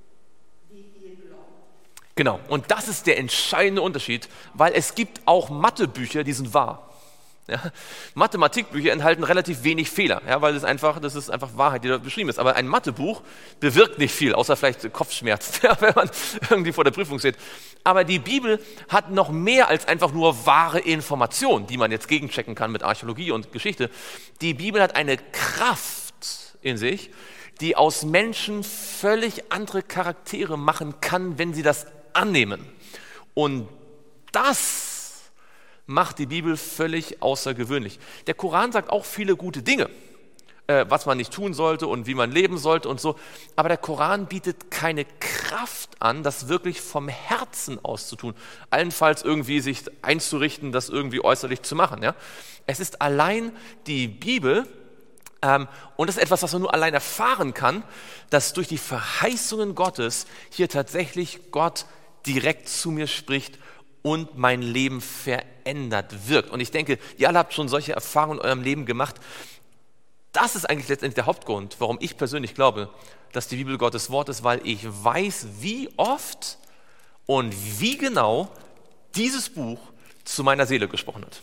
die ihr glaubt. Genau, und das ist der entscheidende Unterschied, weil es gibt auch Mathebücher, die sind wahr. Ja, Mathematikbücher enthalten relativ wenig Fehler, ja, weil es einfach, das ist einfach Wahrheit, die da beschrieben ist. Aber ein Mathebuch bewirkt nicht viel, außer vielleicht Kopfschmerz, ja, wenn man irgendwie vor der Prüfung steht. Aber die Bibel hat noch mehr als einfach nur wahre Informationen, die man jetzt gegenchecken kann mit Archäologie und Geschichte. Die Bibel hat eine Kraft in sich, die aus Menschen völlig andere Charaktere machen kann, wenn sie das annehmen. Und das macht die Bibel völlig außergewöhnlich. Der Koran sagt auch viele gute Dinge, äh, was man nicht tun sollte und wie man leben sollte und so. Aber der Koran bietet keine Kraft an, das wirklich vom Herzen aus zu tun. Allenfalls irgendwie sich einzurichten, das irgendwie äußerlich zu machen. Ja? Es ist allein die Bibel, ähm, und das ist etwas, was man nur allein erfahren kann, dass durch die Verheißungen Gottes hier tatsächlich Gott direkt zu mir spricht und mein Leben verändert wirkt. Und ich denke, ihr alle habt schon solche Erfahrungen in eurem Leben gemacht. Das ist eigentlich letztendlich der Hauptgrund, warum ich persönlich glaube, dass die Bibel Gottes Wort ist, weil ich weiß, wie oft und wie genau dieses Buch zu meiner Seele gesprochen hat.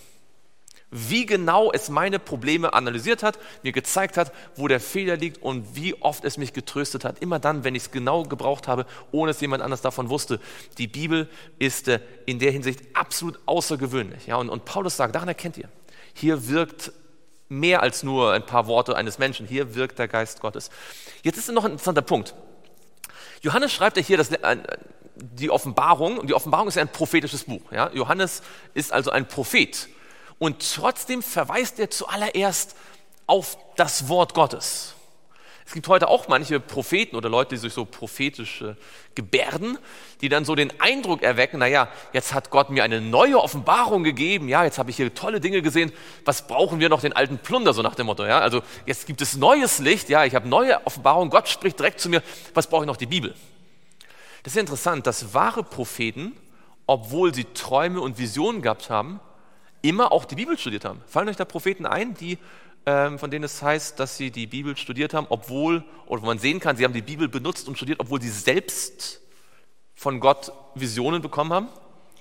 Wie genau es meine Probleme analysiert hat, mir gezeigt hat, wo der Fehler liegt und wie oft es mich getröstet hat. Immer dann, wenn ich es genau gebraucht habe, ohne dass jemand anders davon wusste. Die Bibel ist äh, in der Hinsicht absolut außergewöhnlich. Ja? Und, und Paulus sagt, daran erkennt ihr, hier wirkt mehr als nur ein paar Worte eines Menschen. Hier wirkt der Geist Gottes. Jetzt ist noch ein interessanter Punkt. Johannes schreibt ja hier, dass äh, die Offenbarung, und die Offenbarung ist ja ein prophetisches Buch. Ja? Johannes ist also ein Prophet. Und trotzdem verweist er zuallererst auf das Wort Gottes. Es gibt heute auch manche Propheten oder Leute, die sich so prophetisch äh, gebärden, die dann so den Eindruck erwecken, naja, jetzt hat Gott mir eine neue Offenbarung gegeben, ja, jetzt habe ich hier tolle Dinge gesehen, was brauchen wir noch, den alten Plunder, so nach dem Motto, ja, also jetzt gibt es neues Licht, ja, ich habe neue Offenbarungen, Gott spricht direkt zu mir, was brauche ich noch, die Bibel. Das ist interessant, dass wahre Propheten, obwohl sie Träume und Visionen gehabt haben, immer auch die Bibel studiert haben. Fallen euch da Propheten ein, die, ähm, von denen es heißt, dass sie die Bibel studiert haben, obwohl, oder wo man sehen kann, sie haben die Bibel benutzt und studiert, obwohl sie selbst von Gott Visionen bekommen haben?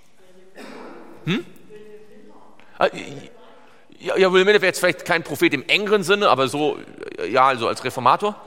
Hm? Ja, ja, William Miller wäre jetzt vielleicht kein Prophet im engeren Sinne, aber so, ja, also als Reformator.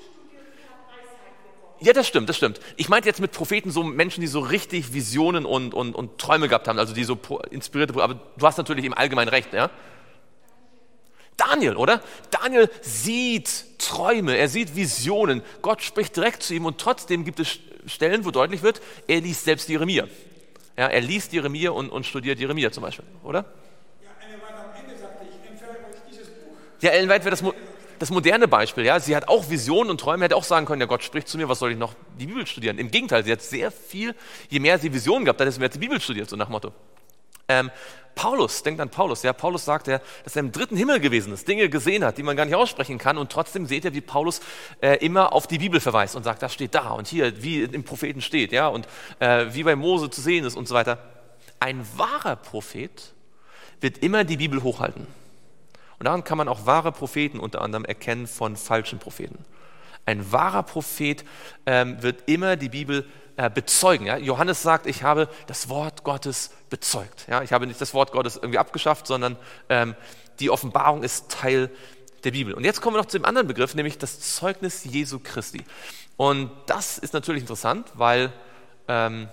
Ja, das stimmt, das stimmt. Ich meinte jetzt mit Propheten so Menschen, die so richtig Visionen und, und, und Träume gehabt haben, also die so inspirierte, aber du hast natürlich im Allgemeinen recht, ja? Daniel, oder? Daniel sieht Träume, er sieht Visionen, Gott spricht direkt zu ihm und trotzdem gibt es Stellen, wo deutlich wird, er liest selbst Jeremia. Ja, er liest Jeremia und, und studiert Jeremia zum Beispiel, oder? Ja, eine Weile am Ende sagte ich, empfehle euch dieses Buch. Ja, Ellen White wäre das, mo das moderne Beispiel. Ja? Sie hat auch Visionen und Träume, hätte auch sagen können, ja, Gott spricht zu mir, was soll ich noch die Bibel studieren? Im Gegenteil, sie hat sehr viel, je mehr sie Visionen gehabt hat, desto mehr hat sie die Bibel studiert, so nach Motto. Ähm, Paulus, denkt an Paulus, ja, Paulus sagt, ja, dass er im dritten Himmel gewesen ist, Dinge gesehen hat, die man gar nicht aussprechen kann, und trotzdem seht ihr, wie Paulus äh, immer auf die Bibel verweist und sagt, das steht da und hier, wie im Propheten steht, ja, und äh, wie bei Mose zu sehen ist und so weiter. Ein wahrer Prophet wird immer die Bibel hochhalten. Und daran kann man auch wahre Propheten unter anderem erkennen von falschen Propheten. Ein wahrer Prophet ähm, wird immer die Bibel äh, bezeugen. Ja? Johannes sagt, ich habe das Wort Gottes bezeugt. Ja? Ich habe nicht das Wort Gottes irgendwie abgeschafft, sondern ähm, die Offenbarung ist Teil der Bibel. Und jetzt kommen wir noch zu dem anderen Begriff, nämlich das Zeugnis Jesu Christi. Und das ist natürlich interessant, weil ähm,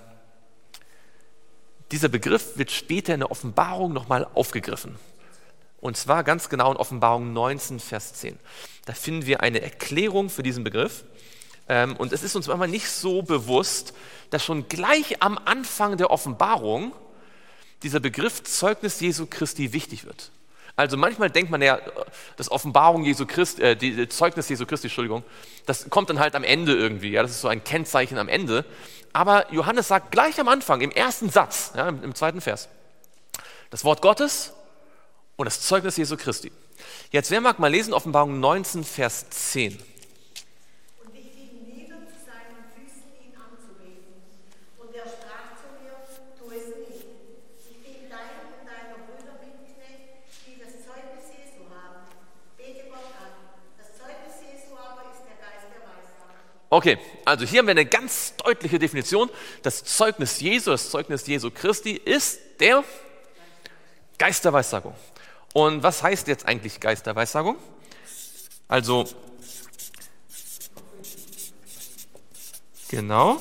dieser Begriff wird später in der Offenbarung nochmal aufgegriffen. Und zwar ganz genau in Offenbarung neunzehn, Vers zehn. Da finden wir eine Erklärung für diesen Begriff. Und es ist uns manchmal nicht so bewusst, dass schon gleich am Anfang der Offenbarung dieser Begriff Zeugnis Jesu Christi wichtig wird. Also manchmal denkt man ja, das Offenbarung Jesu Christi, äh, die Zeugnis Jesu Christi, Entschuldigung, das kommt dann halt am Ende irgendwie. Ja, das ist so ein Kennzeichen am Ende. Aber Johannes sagt gleich am Anfang, im ersten Satz, ja, im, im zweiten Vers, das Wort Gottes und das Zeugnis Jesu Christi. Jetzt, wer mag mal lesen, Offenbarung neunzehn, Vers zehn. Und ich fiel nieder zu seinen Füßen, ihn anzubeten. Und er sprach zu mir, tu es nicht. Ich bin dein und deiner Brüder Mitknecht, die das Zeugnis Jesu haben. Bete Gott an. Das Zeugnis Jesu aber ist der Geist der Weissagung. Okay, also hier haben wir eine ganz deutliche Definition. Das Zeugnis Jesu, das Zeugnis Jesu Christi ist der Geist der Weissagung. Und was heißt jetzt eigentlich Geist der Weissagung? Also, genau.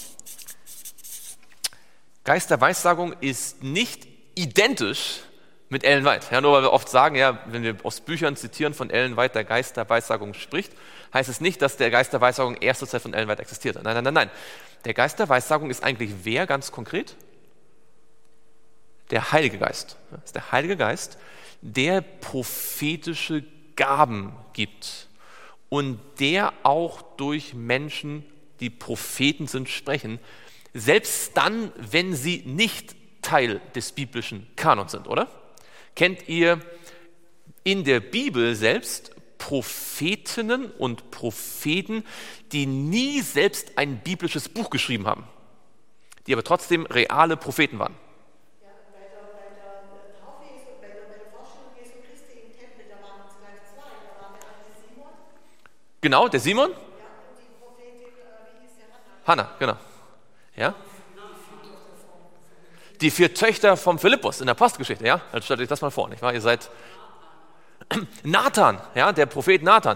Geist der Weissagung ist nicht identisch mit Ellen White. Ja, nur weil wir oft sagen, ja, wenn wir aus Büchern zitieren von Ellen White, der Geist der Weissagung spricht, heißt es nicht, dass der Geist der Weissagung erste Zeit von Ellen White existiert. Nein, nein, nein, nein. Der Geist der Weissagung ist eigentlich wer ganz konkret? Der Heilige Geist. Das ist der Heilige Geist, der prophetische Gaben gibt und der auch durch Menschen, die Propheten sind, sprechen, selbst dann, wenn sie nicht Teil des biblischen Kanons sind, oder? Kennt ihr in der Bibel selbst Prophetinnen und Propheten, die nie selbst ein biblisches Buch geschrieben haben, die aber trotzdem reale Propheten waren? Genau, der Simon? Ja, und die Prophetin, äh, wie hieß der? Hannah. Hannah, genau. Ja? Die vier Töchter vom Philippus in der Apostelgeschichte, ja? Also stellt euch das mal vor, nicht wahr? Ihr seid Nathan, ja, der Prophet Nathan.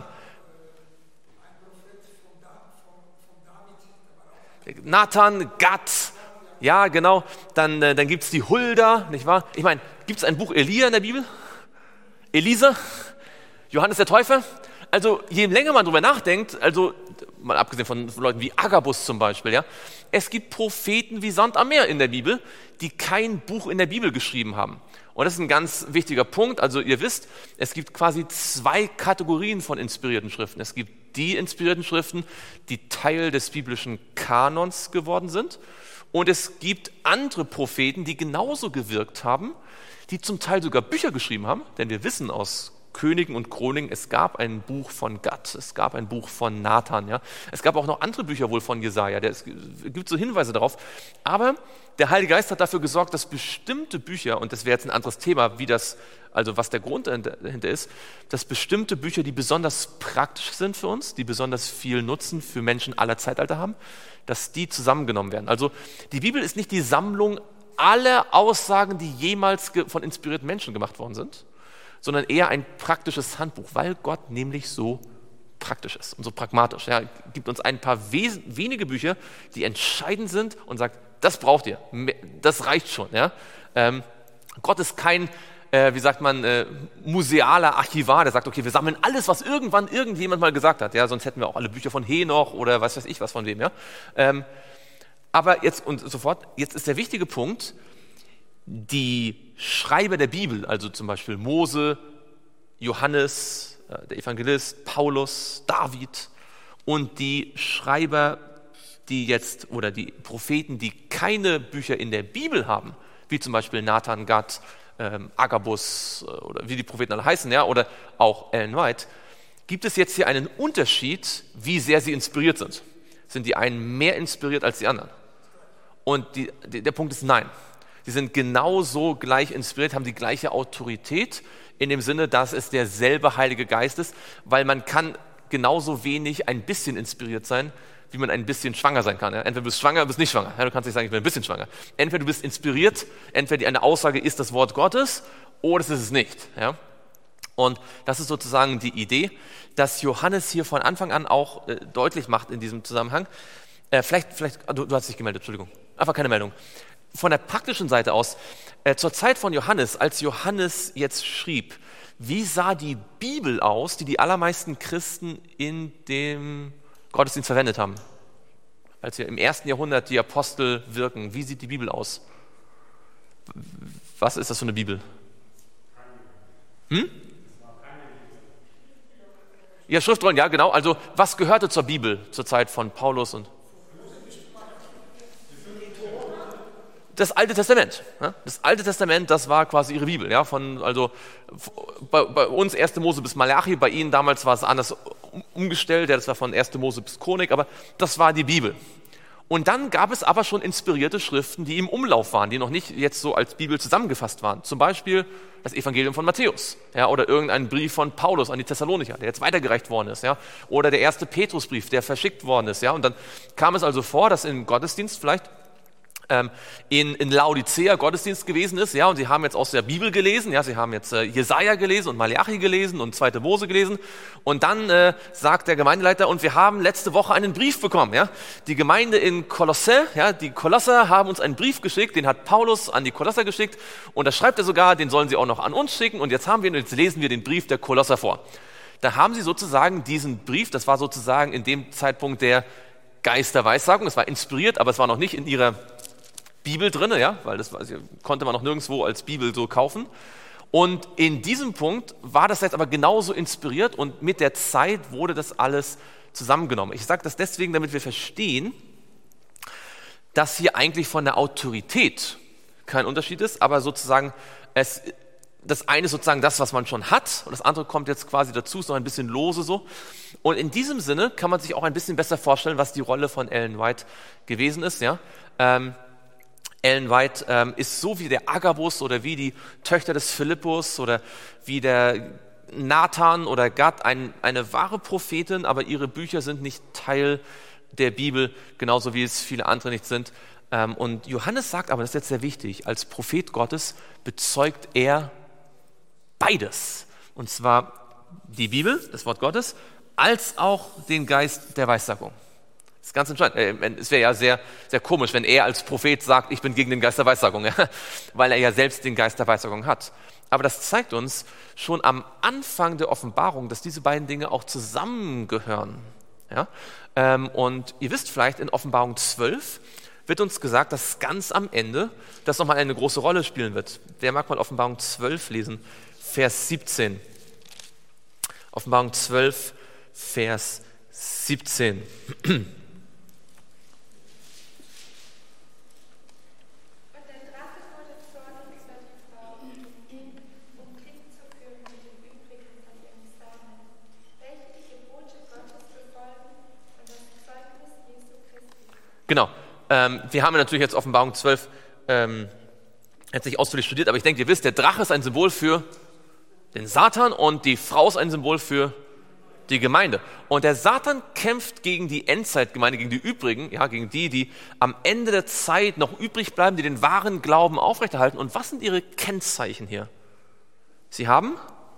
Nathan, Gad, ja, genau. Dann, äh, dann gibt es die Hulda, nicht wahr? Ich meine, gibt es ein Buch Elia in der Bibel? Elisa? Johannes der Täufer? Also je länger man darüber nachdenkt, also mal abgesehen von Leuten wie Agabus zum Beispiel, ja, es gibt Propheten wie Sand am Meer in der Bibel, die kein Buch in der Bibel geschrieben haben. Und das ist ein ganz wichtiger Punkt. Also ihr wisst, es gibt quasi zwei Kategorien von inspirierten Schriften. Es gibt die inspirierten Schriften, die Teil des biblischen Kanons geworden sind. Und es gibt andere Propheten, die genauso gewirkt haben, die zum Teil sogar Bücher geschrieben haben, denn wir wissen aus Königen und Chroniken, es gab ein Buch von Gad, es gab ein Buch von Nathan, ja. Es gab auch noch andere Bücher wohl von Jesaja, es gibt so Hinweise darauf. Aber der Heilige Geist hat dafür gesorgt, dass bestimmte Bücher, und das wäre jetzt ein anderes Thema, wie das, also was der Grund dahinter ist, dass bestimmte Bücher, die besonders praktisch sind für uns, die besonders viel Nutzen für Menschen aller Zeitalter haben, dass die zusammengenommen werden. Also die Bibel ist nicht die Sammlung aller Aussagen, die jemals von inspirierten Menschen gemacht worden sind, sondern eher ein praktisches Handbuch, weil Gott nämlich so praktisch ist und so pragmatisch. Er gibt uns ein paar wes- wenige Bücher, die entscheidend sind und sagt, das braucht ihr, das reicht schon. Ja? Ähm, Gott ist kein, äh, wie sagt man, äh, musealer Archivar, der sagt, okay, wir sammeln alles, was irgendwann irgendjemand mal gesagt hat, ja? Sonst hätten wir auch alle Bücher von Henoch oder was weiß ich was von wem. Ja? Ähm, aber jetzt und sofort, jetzt ist der wichtige Punkt, die Schreiber der Bibel, also zum Beispiel Mose, Johannes, äh, der Evangelist, Paulus, David und die Schreiber, die jetzt, oder die Propheten, die keine Bücher in der Bibel haben, wie zum Beispiel Nathan, Gad, ähm, Agabus äh, oder wie die Propheten alle heißen, ja, oder auch Ellen White, gibt es jetzt hier einen Unterschied, wie sehr sie inspiriert sind. Sind die einen mehr inspiriert als die anderen? Und die, die, der Punkt ist nein. Sie sind genauso gleich inspiriert, haben die gleiche Autorität in dem Sinne, dass es derselbe Heilige Geist ist, weil man kann genauso wenig ein bisschen inspiriert sein, wie man ein bisschen schwanger sein kann. Ja? Entweder du bist schwanger oder bist nicht schwanger. Ja, du kannst nicht sagen, ich bin ein bisschen schwanger. Entweder du bist inspiriert, entweder eine Aussage ist das Wort Gottes oder es ist es nicht. Ja? Und das ist sozusagen die Idee, dass Johannes hier von Anfang an auch äh, deutlich macht in diesem Zusammenhang. Äh, vielleicht, vielleicht du, du hast dich gemeldet, Entschuldigung. Einfach keine Meldung. Von der praktischen Seite aus, äh, zur Zeit von Johannes, als Johannes jetzt schrieb, wie sah die Bibel aus, die die allermeisten Christen in dem Gottesdienst verwendet haben? Als wir im ersten Jahrhundert die Apostel wirken, wie sieht die Bibel aus? Was ist das für eine Bibel? Hm? Ja, Schriftrollen, ja genau. Also was gehörte zur Bibel zur Zeit von Paulus und das Alte Testament. Das Alte Testament, das war quasi ihre Bibel. Ja, von, also bei, bei uns erste Mose bis Malachi, bei ihnen damals war es anders umgestellt, ja, das war von erste Mose bis Chronik, aber das war die Bibel. Und dann gab es aber schon inspirierte Schriften, die im Umlauf waren, die noch nicht jetzt so als Bibel zusammengefasst waren. Zum Beispiel das Evangelium von Matthäus, ja, oder irgendein Brief von Paulus an die Thessalonicher, der jetzt weitergereicht worden ist, ja, oder der erste Petrusbrief, der verschickt worden ist. Ja, und dann kam es also vor, dass im Gottesdienst vielleicht ähm, in, in Laodicea Gottesdienst gewesen ist, ja, und sie haben jetzt aus der Bibel gelesen, ja, sie haben jetzt äh, Jesaja gelesen und Malachi gelesen und zweite Mose gelesen, und dann äh, sagt der Gemeindeleiter, und wir haben letzte Woche einen Brief bekommen, ja, die Gemeinde in Kolosse, ja, die Kolosser haben uns einen Brief geschickt, den hat Paulus an die Kolosser geschickt, und da schreibt er sogar, den sollen sie auch noch an uns schicken, und jetzt haben wir, und jetzt lesen wir den Brief der Kolosser vor. Da haben sie sozusagen diesen Brief, das war sozusagen in dem Zeitpunkt der Geist der Weissagung, es war inspiriert, aber es war noch nicht in ihrer Bibel drin, ja, weil das konnte man noch nirgendwo als Bibel so kaufen. Und in diesem Punkt war das jetzt aber genauso inspiriert, und mit der Zeit wurde das alles zusammengenommen. Ich sage das deswegen, damit wir verstehen, dass hier eigentlich von der Autorität kein Unterschied ist, aber sozusagen es, das eine ist sozusagen das, was man schon hat, und das andere kommt jetzt quasi dazu, ist noch ein bisschen lose so. Und in diesem Sinne kann man sich auch ein bisschen besser vorstellen, was die Rolle von Ellen White gewesen ist, ja. Ähm, Ellen White ähm, ist so wie der Agabus oder wie die Töchter des Philippus oder wie der Nathan oder Gad ein, eine wahre Prophetin, aber ihre Bücher sind nicht Teil der Bibel, genauso wie es viele andere nicht sind. Ähm, und Johannes sagt aber, das ist jetzt sehr wichtig, als Prophet Gottes bezeugt er beides. Und zwar die Bibel, das Wort Gottes, als auch den Geist der Weissagung. Das ist ganz entscheidend. Es wäre ja sehr, sehr komisch, wenn er als Prophet sagt, ich bin gegen den Geist der Weissagung, ja? Weil er ja selbst den Geist der Weissagung hat. Aber das zeigt uns schon am Anfang der Offenbarung, dass diese beiden Dinge auch zusammengehören. Ja? Und ihr wisst vielleicht, in Offenbarung zwölf wird uns gesagt, dass ganz am Ende das nochmal eine große Rolle spielen wird. Wer mag mal Offenbarung zwölf lesen? Vers siebzehn. Offenbarung zwölf, Vers siebzehn. Genau. Ähm, wir haben natürlich jetzt Offenbarung zwölf ähm, jetzt nicht ausführlich studiert, aber ich denke, ihr wisst, der Drache ist ein Symbol für den Satan und die Frau ist ein Symbol für die Gemeinde. Und der Satan kämpft gegen die Endzeitgemeinde, gegen die übrigen, ja, gegen die, die am Ende der Zeit noch übrig bleiben, die den wahren Glauben aufrechterhalten. Und was sind ihre Kennzeichen hier? Sie haben?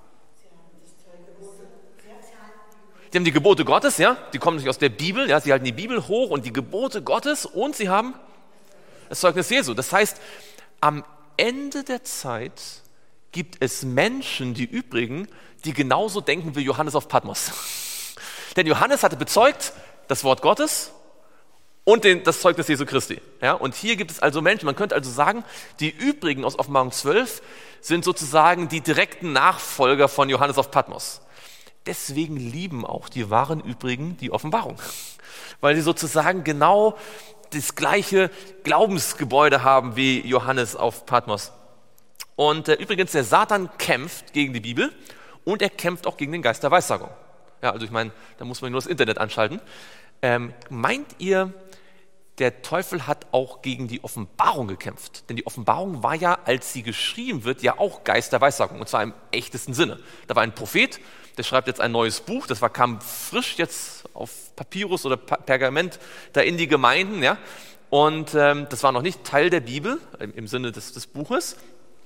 Sie haben die Gebote Gottes, ja, die kommen nicht aus der Bibel, ja, sie halten die Bibel hoch und die Gebote Gottes, und sie haben das Zeugnis Jesu. Das heißt, am Ende der Zeit gibt es Menschen, die übrigen, die genauso denken wie Johannes auf Patmos. Denn Johannes hatte bezeugt das Wort Gottes und den, das Zeugnis Jesu Christi. Ja, und hier gibt es also Menschen, man könnte also sagen, die übrigen aus Offenbarung zwölf sind sozusagen die direkten Nachfolger von Johannes auf Patmos. Deswegen lieben auch die wahren Übrigen die Offenbarung, weil sie sozusagen genau das gleiche Glaubensgebäude haben wie Johannes auf Patmos. Und äh, übrigens, der Satan kämpft gegen die Bibel und er kämpft auch gegen den Geist der Weissagung. Ja, also ich meine, da muss man nur das Internet anschalten. Ähm, meint ihr, der Teufel hat auch gegen die Offenbarung gekämpft? Denn die Offenbarung war ja, als sie geschrieben wird, ja auch Geist der Weissagung, und zwar im echtesten Sinne. Da war ein Prophet, der schreibt jetzt ein neues Buch, das war, kam frisch jetzt auf Papyrus oder pa- Pergament da in die Gemeinden, ja, und ähm, das war noch nicht Teil der Bibel, im, im Sinne des, des Buches.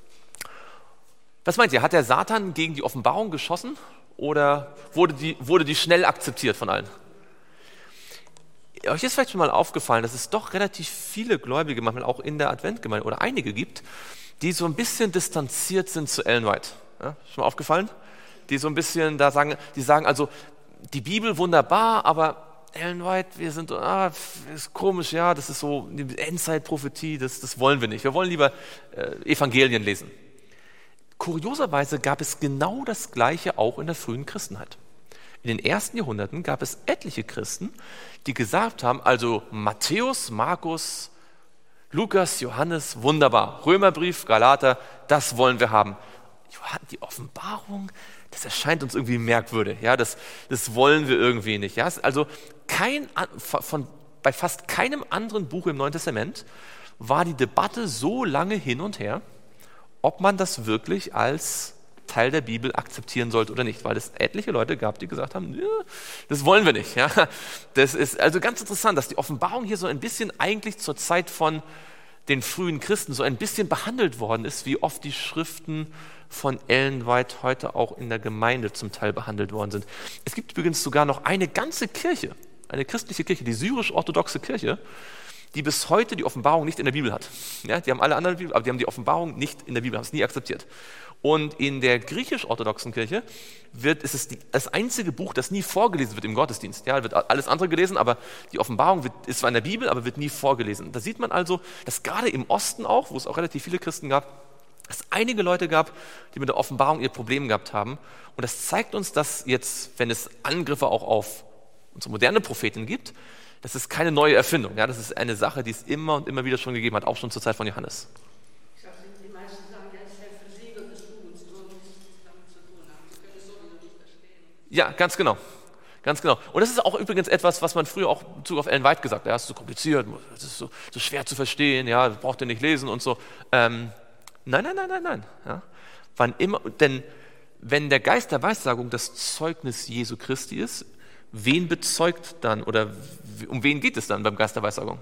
Was meint ihr, hat der Satan gegen die Offenbarung geschossen oder wurde die, wurde die schnell akzeptiert von allen? Euch ist vielleicht schon mal aufgefallen, dass es doch relativ viele Gläubige, manchmal auch in der Adventgemeinde oder einige gibt, die so ein bisschen distanziert sind zu Ellen White. Ja, schon mal aufgefallen? Die so ein bisschen da sagen, die sagen also, die Bibel wunderbar, aber Ellen White, wir sind, ah, ist komisch, ja, das ist so eine Endzeitprophetie, das, das wollen wir nicht. Wir wollen lieber äh, Evangelien lesen. Kurioserweise gab es genau das Gleiche auch in der frühen Christenheit. In den ersten Jahrhunderten gab es etliche Christen, die gesagt haben, also Matthäus, Markus, Lukas, Johannes, wunderbar. Römerbrief, Galater, das wollen wir haben. Die Offenbarung, das erscheint uns irgendwie merkwürdig. Ja, das, das wollen wir irgendwie nicht. Ja, also kein, von, bei fast keinem anderen Buch im Neuen Testament war die Debatte so lange hin und her, ob man das wirklich als Teil der Bibel akzeptieren sollte oder nicht, weil es etliche Leute gab, die gesagt haben, ja, das wollen wir nicht. Ja. Das ist also ganz interessant, dass die Offenbarung hier so ein bisschen eigentlich zur Zeit von den frühen Christen so ein bisschen behandelt worden ist, wie oft die Schriften von Ellen White heute auch in der Gemeinde zum Teil behandelt worden sind. Es gibt übrigens sogar noch eine ganze Kirche, eine christliche Kirche, die syrisch-orthodoxe Kirche, die bis heute die Offenbarung nicht in der Bibel hat. Ja, die haben alle anderen Bibel, aber die haben die Offenbarung nicht in der Bibel, haben es nie akzeptiert. Und in der griechisch-orthodoxen Kirche wird, ist es die, das einzige Buch, das nie vorgelesen wird im Gottesdienst. Ja, wird alles andere gelesen, aber die Offenbarung wird, ist zwar in der Bibel, aber wird nie vorgelesen. Da sieht man also, dass gerade im Osten auch, wo es auch relativ viele Christen gab, es einige Leute gab, die mit der Offenbarung ihr Problem gehabt haben. Und das zeigt uns, dass jetzt, wenn es Angriffe auch auf unsere moderne Prophetin gibt, das ist keine neue Erfindung. Ja, das ist eine Sache, die es immer und immer wieder schon gegeben hat, auch schon zur Zeit von Johannes. Ich sage, die meisten sagen, ja, es ist ein versiegeltes Buch und so nichts damit zu tun haben. Sie können es sowieso nicht verstehen. Ja, ganz genau. Ganz genau. Und das ist auch übrigens etwas, was man früher auch in Bezug auf Ellen White gesagt hat. Ja, es ist so kompliziert, es ist so, so schwer zu verstehen, ja, braucht ihr nicht lesen und so. Ähm, nein, nein, nein, nein, nein. Ja. Wann immer, denn wenn der Geist der Weissagung das Zeugnis Jesu Christi ist, wen bezeugt dann oder um wen geht es dann beim Geist der Weissagung?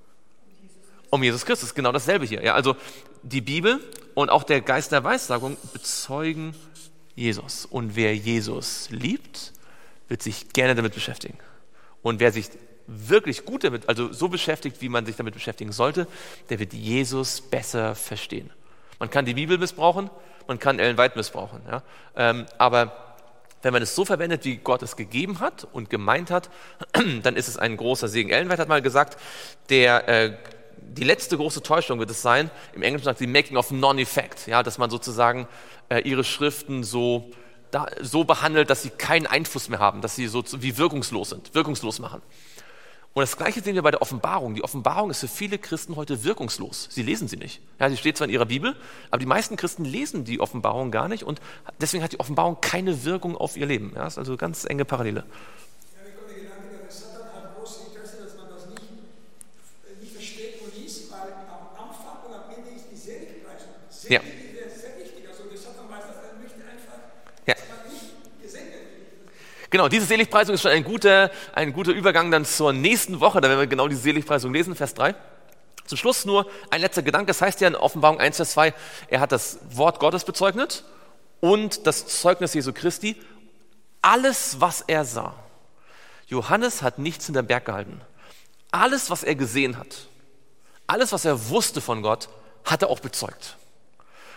Um Jesus Christus, genau dasselbe hier. Ja, also die Bibel und auch der Geist der Weissagung bezeugen Jesus. Und wer Jesus liebt, wird sich gerne damit beschäftigen. Und wer sich wirklich gut damit, also so beschäftigt, wie man sich damit beschäftigen sollte, der wird Jesus besser verstehen. Man kann die Bibel missbrauchen, man kann Ellen White missbrauchen. Ja? Ähm, aber wenn man es so verwendet, wie Gott es gegeben hat und gemeint hat, dann ist es ein großer Segen. Ellen White hat mal gesagt, der, äh, die letzte große Täuschung wird es sein, im Englischen sagt sie Making of Non-Effect, ja, dass man sozusagen äh, ihre Schriften so, da, so behandelt, dass sie keinen Einfluss mehr haben, dass sie so wie wirkungslos sind, wirkungslos machen. Und das Gleiche sehen wir bei der Offenbarung. Die Offenbarung ist für viele Christen heute wirkungslos. Sie lesen sie nicht. Ja, sie steht zwar in ihrer Bibel, aber die meisten Christen lesen die Offenbarung gar nicht und deswegen hat die Offenbarung keine Wirkung auf ihr Leben. Ja, das ist also eine ganz enge Parallele. Ja, mir kommt der Gedanke, der Satan hat großes Interesse, dass man das nicht, nicht versteht und liest, weil am Anfang und am Ende ist die Seligpreisung sehr, Ja. sehr, sehr wichtig. Also der Satan weiß, dass er möchte einfach, Ja. dass man nicht gesegnet wird. Genau, diese Seligpreisung ist schon ein guter, ein guter Übergang dann zur nächsten Woche, da werden wir genau diese Seligpreisung lesen, Vers drei. Zum Schluss nur ein letzter Gedanke, das heißt ja in Offenbarung eins, Vers zwei, er hat das Wort Gottes bezeugt und das Zeugnis Jesu Christi, alles, was er sah. Johannes hat nichts hinterm Berg gehalten. Alles, was er gesehen hat, alles, was er wusste von Gott, hat er auch bezeugt.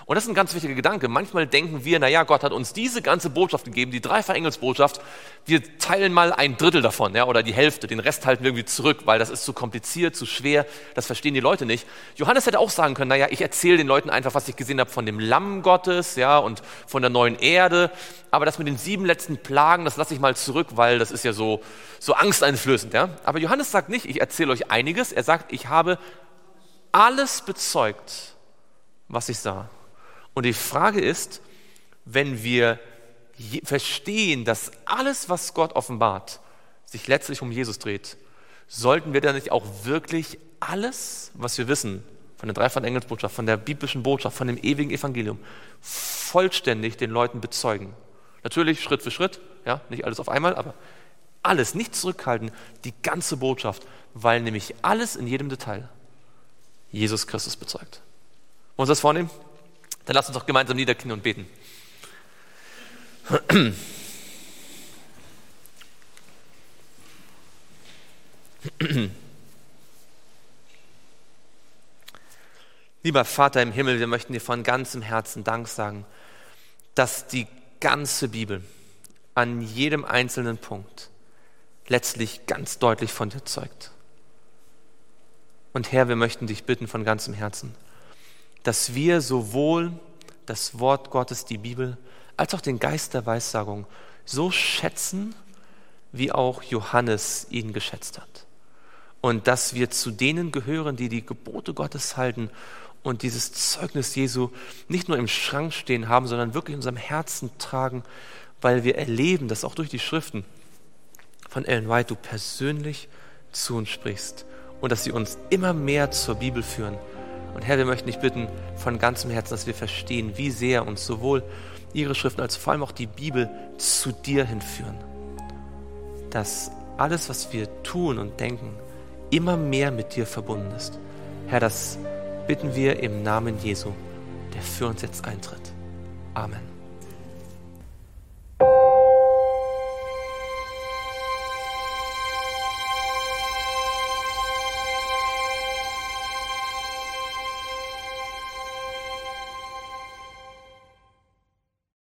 Und das ist ein ganz wichtiger Gedanke. Manchmal denken wir, naja, Gott hat uns diese ganze Botschaft gegeben, die Dreifach-Engelsbotschaft. Wir teilen mal ein Drittel davon, ja, oder die Hälfte. Den Rest halten wir irgendwie zurück, weil das ist zu kompliziert, zu schwer. Das verstehen die Leute nicht. Johannes hätte auch sagen können, naja, ich erzähle den Leuten einfach, was ich gesehen habe von dem Lamm Gottes, ja, und von der neuen Erde. Aber das mit den sieben letzten Plagen, das lasse ich mal zurück, weil das ist ja so, so angsteinflößend, ja. Aber Johannes sagt nicht, ich erzähle euch einiges. Er sagt, ich habe alles bezeugt, was ich sah. Und die Frage ist, wenn wir verstehen, dass alles, was Gott offenbart, sich letztlich um Jesus dreht, sollten wir dann nicht auch wirklich alles, was wir wissen, von der Dreifach-Engelsbotschaft, von der biblischen Botschaft, von dem ewigen Evangelium, vollständig den Leuten bezeugen? Natürlich Schritt für Schritt, ja, nicht alles auf einmal, aber alles, nicht zurückhalten, die ganze Botschaft, weil nämlich alles in jedem Detail Jesus Christus bezeugt. Wollen wir uns das vornehmen? Dann lasst uns doch gemeinsam niederknien und beten. Lieber Vater im Himmel, wir möchten dir von ganzem Herzen Dank sagen, dass die ganze Bibel an jedem einzelnen Punkt letztlich ganz deutlich von dir zeugt. Und Herr, wir möchten dich bitten von ganzem Herzen, dass wir sowohl das Wort Gottes, die Bibel, als auch den Geist der Weissagung so schätzen, wie auch Johannes ihn geschätzt hat. Und dass wir zu denen gehören, die die Gebote Gottes halten und dieses Zeugnis Jesu nicht nur im Schrank stehen haben, sondern wirklich in unserem Herzen tragen, weil wir erleben, dass auch durch die Schriften von Ellen White du persönlich zu uns sprichst und dass sie uns immer mehr zur Bibel führen. Und Herr, wir möchten dich bitten von ganzem Herzen, dass wir verstehen, wie sehr uns sowohl ihre Schriften als vor allem auch die Bibel zu dir hinführen. Dass alles, was wir tun und denken, immer mehr mit dir verbunden ist. Herr, das bitten wir im Namen Jesu, der für uns jetzt eintritt. Amen.